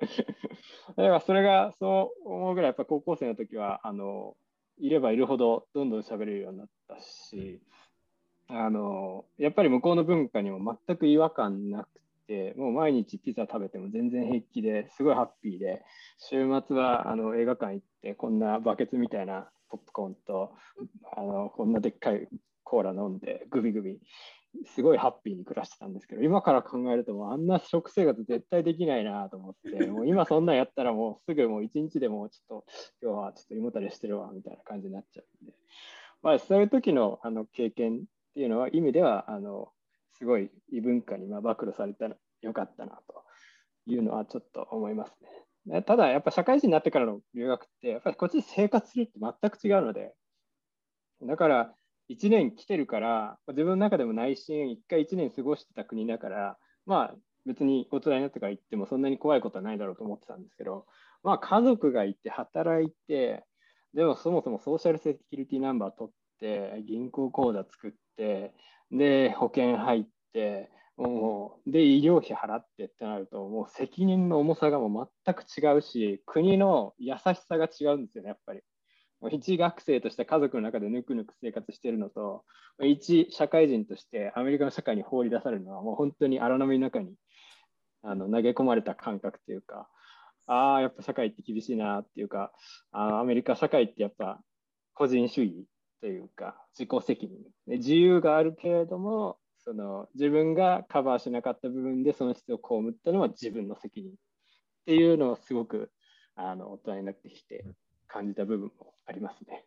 だからそれがそう思うぐらい、やっぱ高校生の時は、いればいるほどどんどん喋れるようになったし、やっぱり向こうの文化にも全く違和感なくて、もう毎日ピザ食べても全然平気ですごいハッピーで、週末は映画館行ってこんなバケツみたいなポップコーンとこんなでっかいコーラ飲んでグビグビすごいハッピーに暮らしてたんですけど、今から考えるともうあんな食生活絶対できないなと思って、もう今そんなんやったらもうすぐもう一日でもちょっと今日はちょっと胃もたれしてるわみたいな感じになっちゃうんで、そういう時の経験っていうのは意味ではすごい異文化に暴露されたらよかったなというのはちょっと思いますね。ただやっぱ社会人になってからの留学ってやっぱりこっちで生活するって全く違うので、だから1年来てるから自分の中でも内心1回1年過ごしてた国だから、別に大人になってから行ってもそんなに怖いことはないだろうと思ってたんですけど、家族がいて働いて、でもそもそもソーシャルセキュリティナンバー取って銀行口座作ってで保険入ってで医療費払ってってなるともう責任の重さがもう全く違うし、国の優しさが違うんですよね。やっぱり一学生として家族の中でぬくぬく生活しているのと、一社会人としてアメリカの社会に放り出されるのはもう本当に荒波の中に投げ込まれた感覚というか、やっぱ社会って厳しいなっていうか、アメリカ社会ってやっぱ個人主義というか自己責任で自由があるけれども、その自分がカバーしなかった部分で損失を被ったのは自分の責任っていうのをすごく大人になってきて感じた部分もありますね。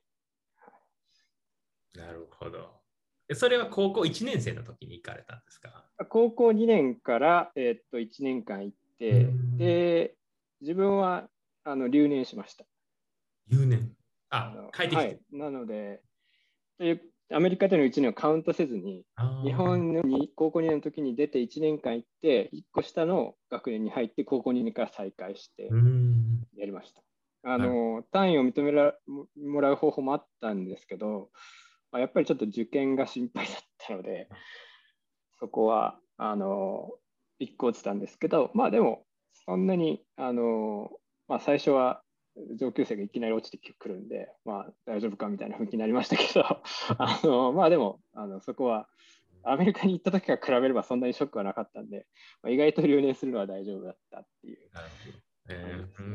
なるほど。それは高校1年生の時に行かれたんですか？ 高校2年から、1年間行って、で、自分は留年しました。 留年？帰ってきて。 はい。なので、アメリカでの1年をカウントせずに、日本の高校2年の時に出て1年間行って、1個下の学年に入って高校2年から再開してやりました。単位を認めもらう方法もあったんですけど、やっぱりちょっと受験が心配だったので、そこは1個落ちたんですけど、でもそんなに最初は上級生がいきなり落ちてくるんで、大丈夫かみたいな雰囲気になりましたけど、でもそこはアメリカに行った時から比べればそんなにショックはなかったんで、意外と留年するのは大丈夫だったっていう。 なるほど。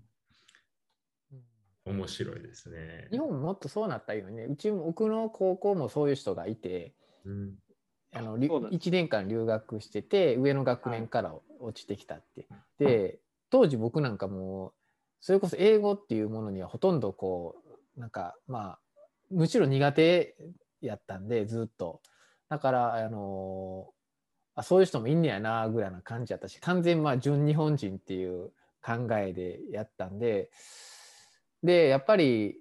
面白いですね。 日本もっとそうなったよね。僕の高校もそういう人がいて、1年間留学してて、上の学年から落ちてきたって。で、当時僕なんかも、それこそ英語っていうものにはほとんどむしろ苦手やったんで、ずっと。だから、そういう人もいんねやなぐらいな感じやったし、完全純日本人っていう考えでやったんで、やっぱり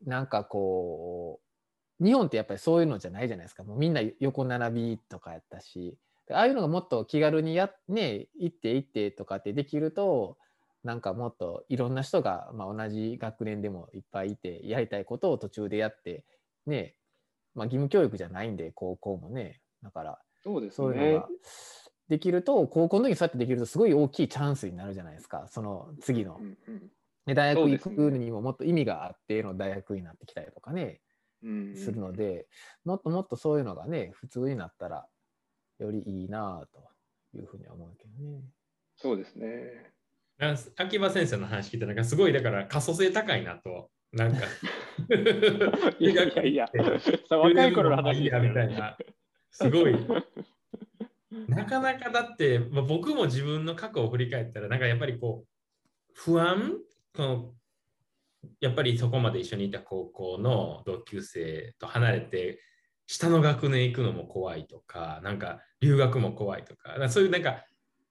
日本ってやっぱりそういうのじゃないじゃないですか。もうみんな横並びとかやったし、ああいうのがもっと気軽に行ってとかってできると、もっといろんな人が、同じ学年でもいっぱいいて、やりたいことを途中でやってね、義務教育じゃないんで高校もね、だからそうですね、 そういうのができると、高校の時にそうやってできるとすごい大きいチャンスになるじゃないですか、その次の。大学行くにももっと意味があっての大学になってきたりとかね、するので、もっともっとそういうのがね、普通になったらよりいいなというふうには思うけどね。 そうですね。 秋葉先生の話聞いて、すごいだから可塑性高いなと。 いや、若い頃の話みたいな。すごい。なかなかだって、僕も自分の過去を振り返ったら、やっぱり不安やっぱりそこまで一緒にいた高校の同級生と離れて、下の学年行くのも怖いとか、留学も怖いとか、そういう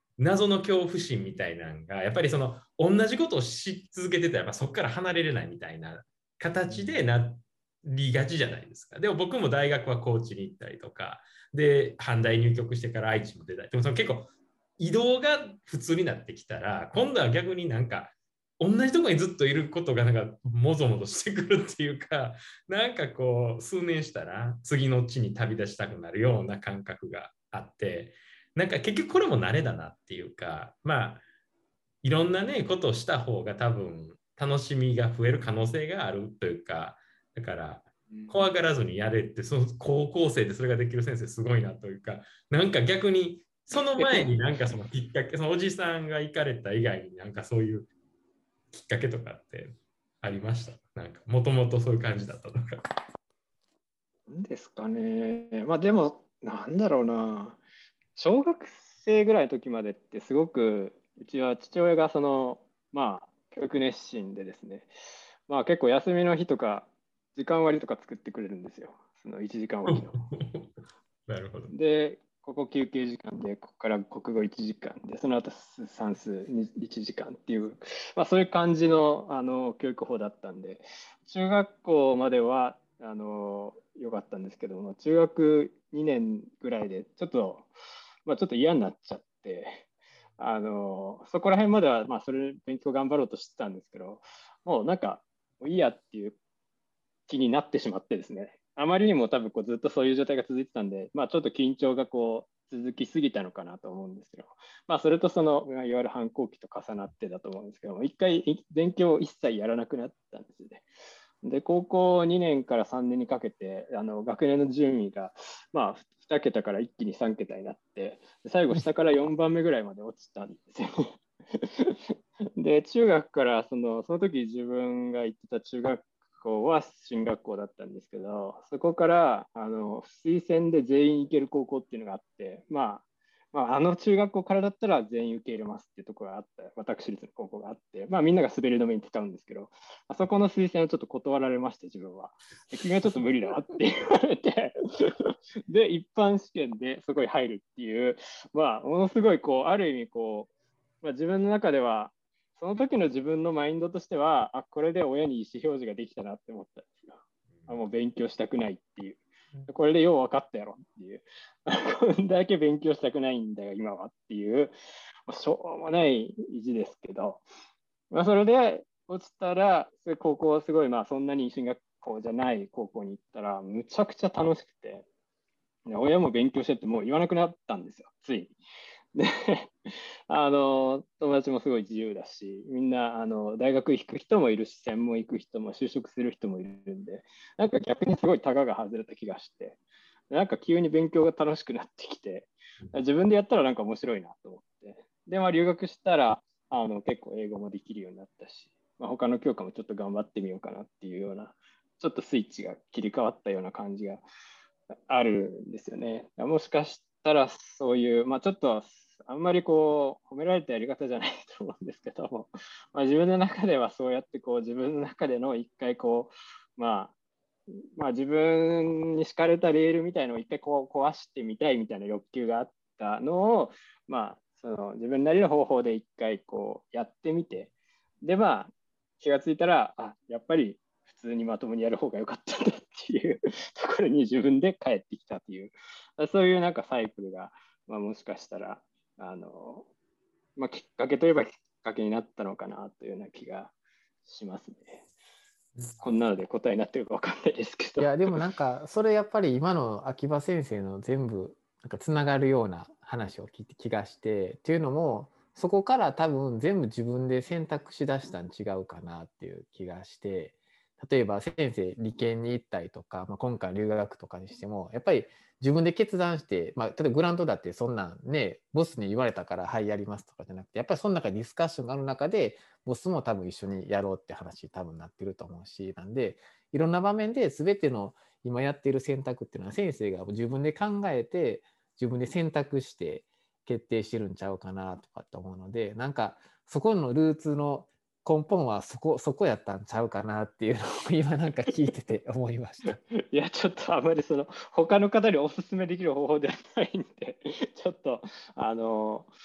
謎の恐怖心みたいなのが、やっぱりその同じことをし続けてたら、やっぱそこから離れれないみたいな形でなりがちじゃないですか。でも僕も大学は高知に行ったりとか、で、阪大入局してから愛知も出たり、でもその結構移動が普通になってきたら、今度は逆になんか、同じところにずっといることがなんかもぞもぞしてくるっていうか、なんかこう数年したら次の地に旅立ちたくなるような感覚があって、なんか結局これも慣れだなっていうか、まあいろんなねことをした方が多分楽しみが増える可能性があるというか、だから怖がらずにやれって、その高校生でそれができる先生すごいなというか、なんか逆にその前になんかそのきっかけ、そのおじさんが行かれた以外になんかそういうきっかけとかってありました？なんかもともとそういう感じだったとか。 なんですかね。まあでも、なんだろうな。小学生ぐらいの時までってすごく、うちは父親がまあ、教育熱心でですね、まあ結構休みの日とか、時間割とか作ってくれるんですよ。その1時間おきの。 なるほど。 で、ここ休憩時間で、ここから国語1時間で、その後算数1時間っていう、まあ、そういう感じの、教育法だったんで、中学校までは良かったんですけども、中学2年ぐらいでまあ、ちょっと嫌になっちゃって、そこら辺までは、まあ、それ勉強頑張ろうとしてたんですけど、もうなんか、もういいやっていう気になってしまってですね、あまりにも多分ずっとそういう状態が続いてたんで、まあ、ちょっと緊張が続きすぎたのかなと思うんですけど、まあ、それといわゆる反抗期と重なってだと思うんですけども、一回勉強を一切やらなくなったんですね。で、高校2年から3年にかけて、学年の順位が、まあ、2桁から一気に3桁になって、最後下から4番目ぐらいまで落ちたんですよ。で、中学からその時自分が行ってた中学校は進学校だったんですけど、そこから推薦で全員行ける高校っていうのがあって、中学校からだったら全員受け入れますっていうところがあった、私立の高校があって、まあ、みんなが滑り止めに使うんですけど、あそこの推薦をちょっと断られまして、自分は。君はちょっと無理だって言われて、で、一般試験でそこに入るっていう、まあ、ものすごいある意味まあ、自分の中では、その時の自分のマインドとしては、これで親に意思表示ができたなって思ったんですよ。もう勉強したくないっていう。これでよう分かったやろっていう。こんだけ勉強したくないんだよ、今はっていう、しょうもない意地ですけど、まあ、それで落ちたら、高校すごい、まあそんなに進学校じゃない高校に行ったら、むちゃくちゃ楽しくて、親も勉強してってもう言わなくなったんですよ、ついに。で、友達もすごい自由だし、みんな大学行く人もいるし、専門行く人も就職する人もいるんで、なんか逆にすごいタガが外れた気がして、なんか急に勉強が楽しくなってきて、自分でやったらなんか面白いなと思って、で、まあ留学したら結構英語もできるようになったし、まあ、他の教科もちょっと頑張ってみようかなっていうような、ちょっとスイッチが切り替わったような感じがあるんですよね。もしかしたらそういう、まあ、ちょっとあんまり褒められたやり方じゃないと思うんですけども、まあ、自分の中ではそうやって自分の中での一回まあ、自分に敷かれたレールみたいのを一回壊してみたいみたいな欲求があったのを、まあ、その自分なりの方法で一回やってみて、でまあ気がついたらやっぱり普通にまともにやる方が良かったんだっていうところに自分で帰ってきたという、そういうなんかサイクルが、まあ、もしかしたらまあ、きっかけといえばきっかけになったのかなというような気がしますね。こんなので答えになってるか分かんないですけど。 いや、でもなんか、それやっぱり今の秋葉先生の全部、なんかつながるような話を聞いて気がして、っていうのも、そこから多分全部自分で選択しだしたん違うかなっていう気がして、例えば先生、理研に行ったりとか、まあ、今回留学とかにしても、やっぱり自分で決断して、まあ、例えばグラントだってそんなんね、ボスに言われたから、はい、やりますとかじゃなくて、やっぱりその中でディスカッションがある中で、ボスも多分一緒にやろうって話多分なってると思うし、なんで、いろんな場面で全ての今やっている選択っていうのは先生が自分で考えて自分で選択して決定してるんちゃうかなとかって思うので、なんかそこのルーツの根本はそこやったんちゃうかなっていうのを今なんか聞いてて思いました。 いや、ちょっとあまり他の方にお勧めできる方法ではないんで、ちょっと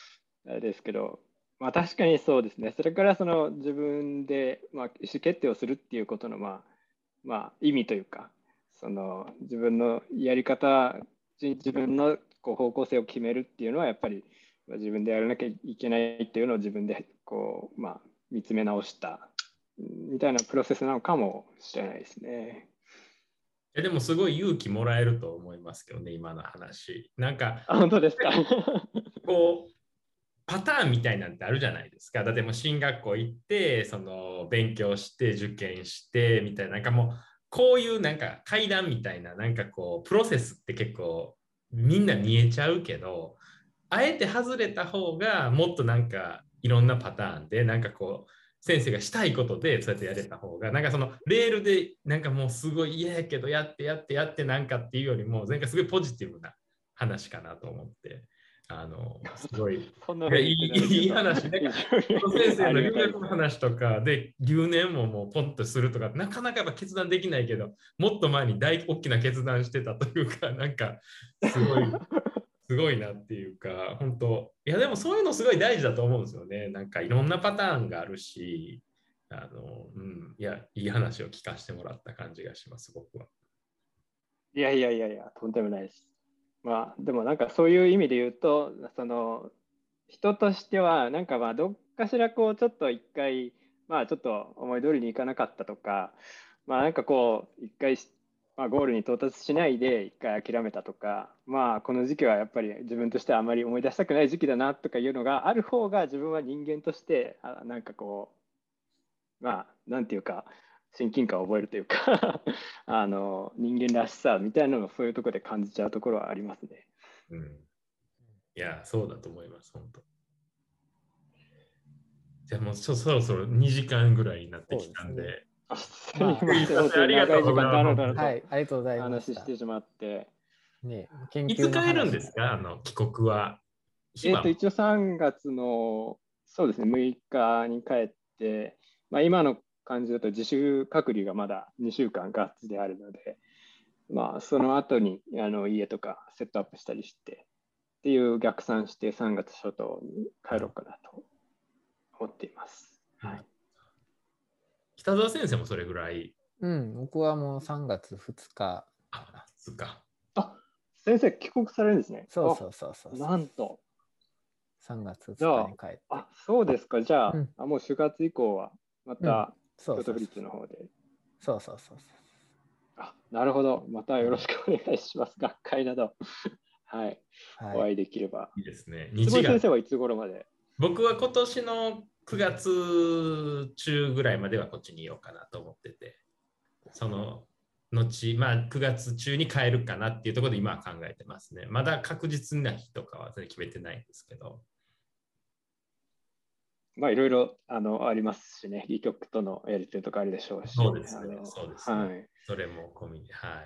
あれですけど、まあ確かにそうですね。それからその自分で、まあ、意思決定をするっていうことの、まあ意味というか、その自分のやり方、自分のこう方向性を決めるっていうのはやっぱり自分でやらなきゃいけないっていうのを自分でこう、まあ、見つめ直したみたいなプロセスなのかもしれないですね。 でもすごい勇気もらえると思いますけどね、今の話。なんか、 あ、本当ですか。 こう、パターンみたいなんてあるじゃないですか。だってもう進学校行って、勉強して受験してみたいな、なんかもうこういうなんか階段みたいな、なんかこうプロセスって結構みんな見えちゃうけど、あえて外れた方がもっとなんかいろんなパターンで、なんかこう先生がしたいことでそうやってやれた方が、なんかそのレールでなんかもうすごい嫌やけどやってやってやってなんかっていうよりも、なんかすごいポジティブな話かなと思って。すごい、 そんな風に言っていただけるといい話ね。先生の留学の話とかで留年ももうポンとするとか、なかなかやっぱ決断できないけど、もっと前に大きな決断してたというか、なんかすごいなっていうか、本当、いやでもそういうのすごい大事だと思うんですよね。なんかいろんなパターンがあるし、いや、いい話を聞かせてもらった感じがします、僕は。 いやいやいやいや、とんでもないです。まあ、でもなんかそういう意味で言うと、その人としては、なんかまあどっかしらこうちょっと一回、まあちょっと思い通りにいかなかったとか、まあなんかこう一回、まあ、ゴールに到達しないで一回諦めたとか、まあこの時期はやっぱり自分としてはあまり思い出したくない時期だなとかいうのがある方が自分は人間としてなんかこう、まあなんていうか親近感を覚えるというか人間らしさみたいなのをそういうところで感じちゃうところはありますね。 うん、いや、そうだと思います、本当。じゃあもうそろそろ2時間ぐらいになってきたんで。 すみません、本当ありがに長い時とうございます。 間だらだらとはい、ありがとうございま話した。 してしまって。 ね、研い究のつ帰るん話ですか、帰国は。日は一応3月の、そうですね、6日に帰って、まあ、今の感じだと自主隔離がまだ2週間ガッツであるので、まあ、その後に家とかセットアップしたりしてっていう逆算して3月初頭に帰ろうかなと思っています。はい、 北澤先生もそれぐらい。 うん、僕はもう3月2日。 あ、そっか。 あ、先生帰国されるんですね。 そうそうそうそう。 なんと。 3月2日に帰って。 あ、そうですか。じゃあ、 うん、 もう4月以降はまた京都府立の方で。 そうそうそう。 あ、なるほど。またよろしくお願いします。学会など。はい。お会いできれば。 いいですね。 坪井先生はいつ頃まで？ 僕は今年の9月中ぐらいまではこっちにいようかなと思ってて、その後、まあ9月中に帰るかなっていうところで今は考えてますね。まだ確実な日とかは全然決めてないんですけど。 まあいろいろありますしね、医局とのやり取りとかあるでしょうし。 そうですね。そうですね。 はい。 それも込みで、はい。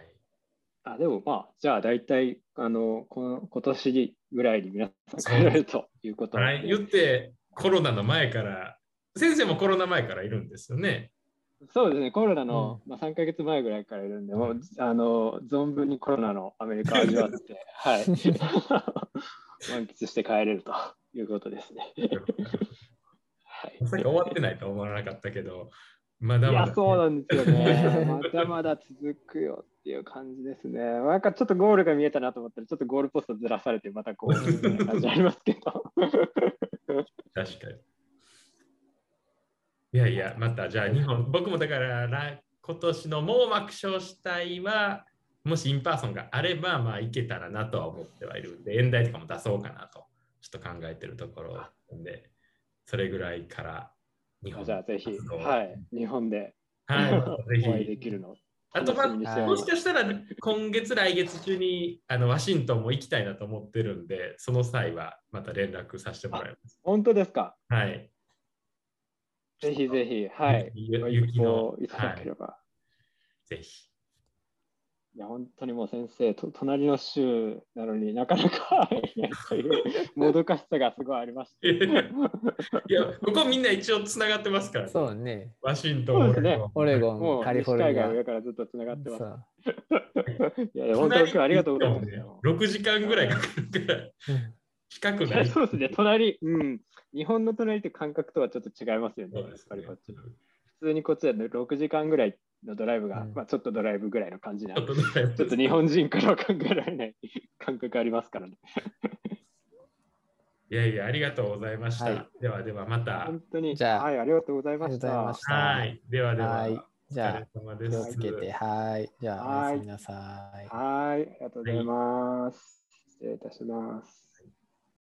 でもまあ、じゃあ大体今年ぐらいに皆さん帰られるということで、 はい。言ってコロナの前から、先生もコロナ前からいるんですよね。 そうですね、コロナの、3ヶ月前ぐらいからいるんで、もう存分にコロナのアメリカを味わって、はい、満喫して帰れるということですね。 はい、まさか終わってないとは思わなかったけど、まだまだ、 いや、そうなんですよね。まだまだ続くよっていう感じですね。なんかちょっとゴールが見えたなと思ったら、ちょっとゴールポストずらされて、またこう、みたいな感じありますけど。 確かに。いやいや、またじゃあ日本、僕もだから今年の網膜症主体は、もしインパーソンがあれば、まあいけたらなとは思ってはいるんで、演題とかも出そうかなと、ちょっと考えてるところなんで、それぐらいから日本じゃあぜひ、はい、日本で、 はい、ぜひお会いできるの。 あと、もしかしたら今月、来月中にワシントンも行きたいなと思ってるんで、その際はまた連絡させてもらいます。 本当ですか？ はい。 ぜひぜひ、はい。 雪のいただければ。 はい、ぜひ。 いや、本当にもう先生、隣の州なのになかなかというもどかしさがすごいありまして。いや、ここみんな一応つながってますから、ね。 そうね。 ワシントン、 オレゴン、カリフォルニア。 海外上からずっとつながってます。いや、本当にありがとうございます。 6時間ぐらいかかるから。 近くない。 そうですね、隣、日本の隣って感覚とはちょっと違いますよね、やっそうですね。 ぱりこっち。普通にこっちだと6時間ぐらいのドライブが、ちょっとドライブぐらいの感じな、 ちょっとドライブちょっと日本人からは考えられない感覚ありますからね。 いやいや、ありがとうございました。 はいではではまた。 本当に、 じゃあ、 はい、ありがとうございありがとうました。 ございました。 はい。ではでは、 はい。じお疲ゃあ、 れ様で気をす。 つけて、はい。じゃあ、おやはい、 すみなさい。 はい、ありがとうございはい。 ます。失礼いたします。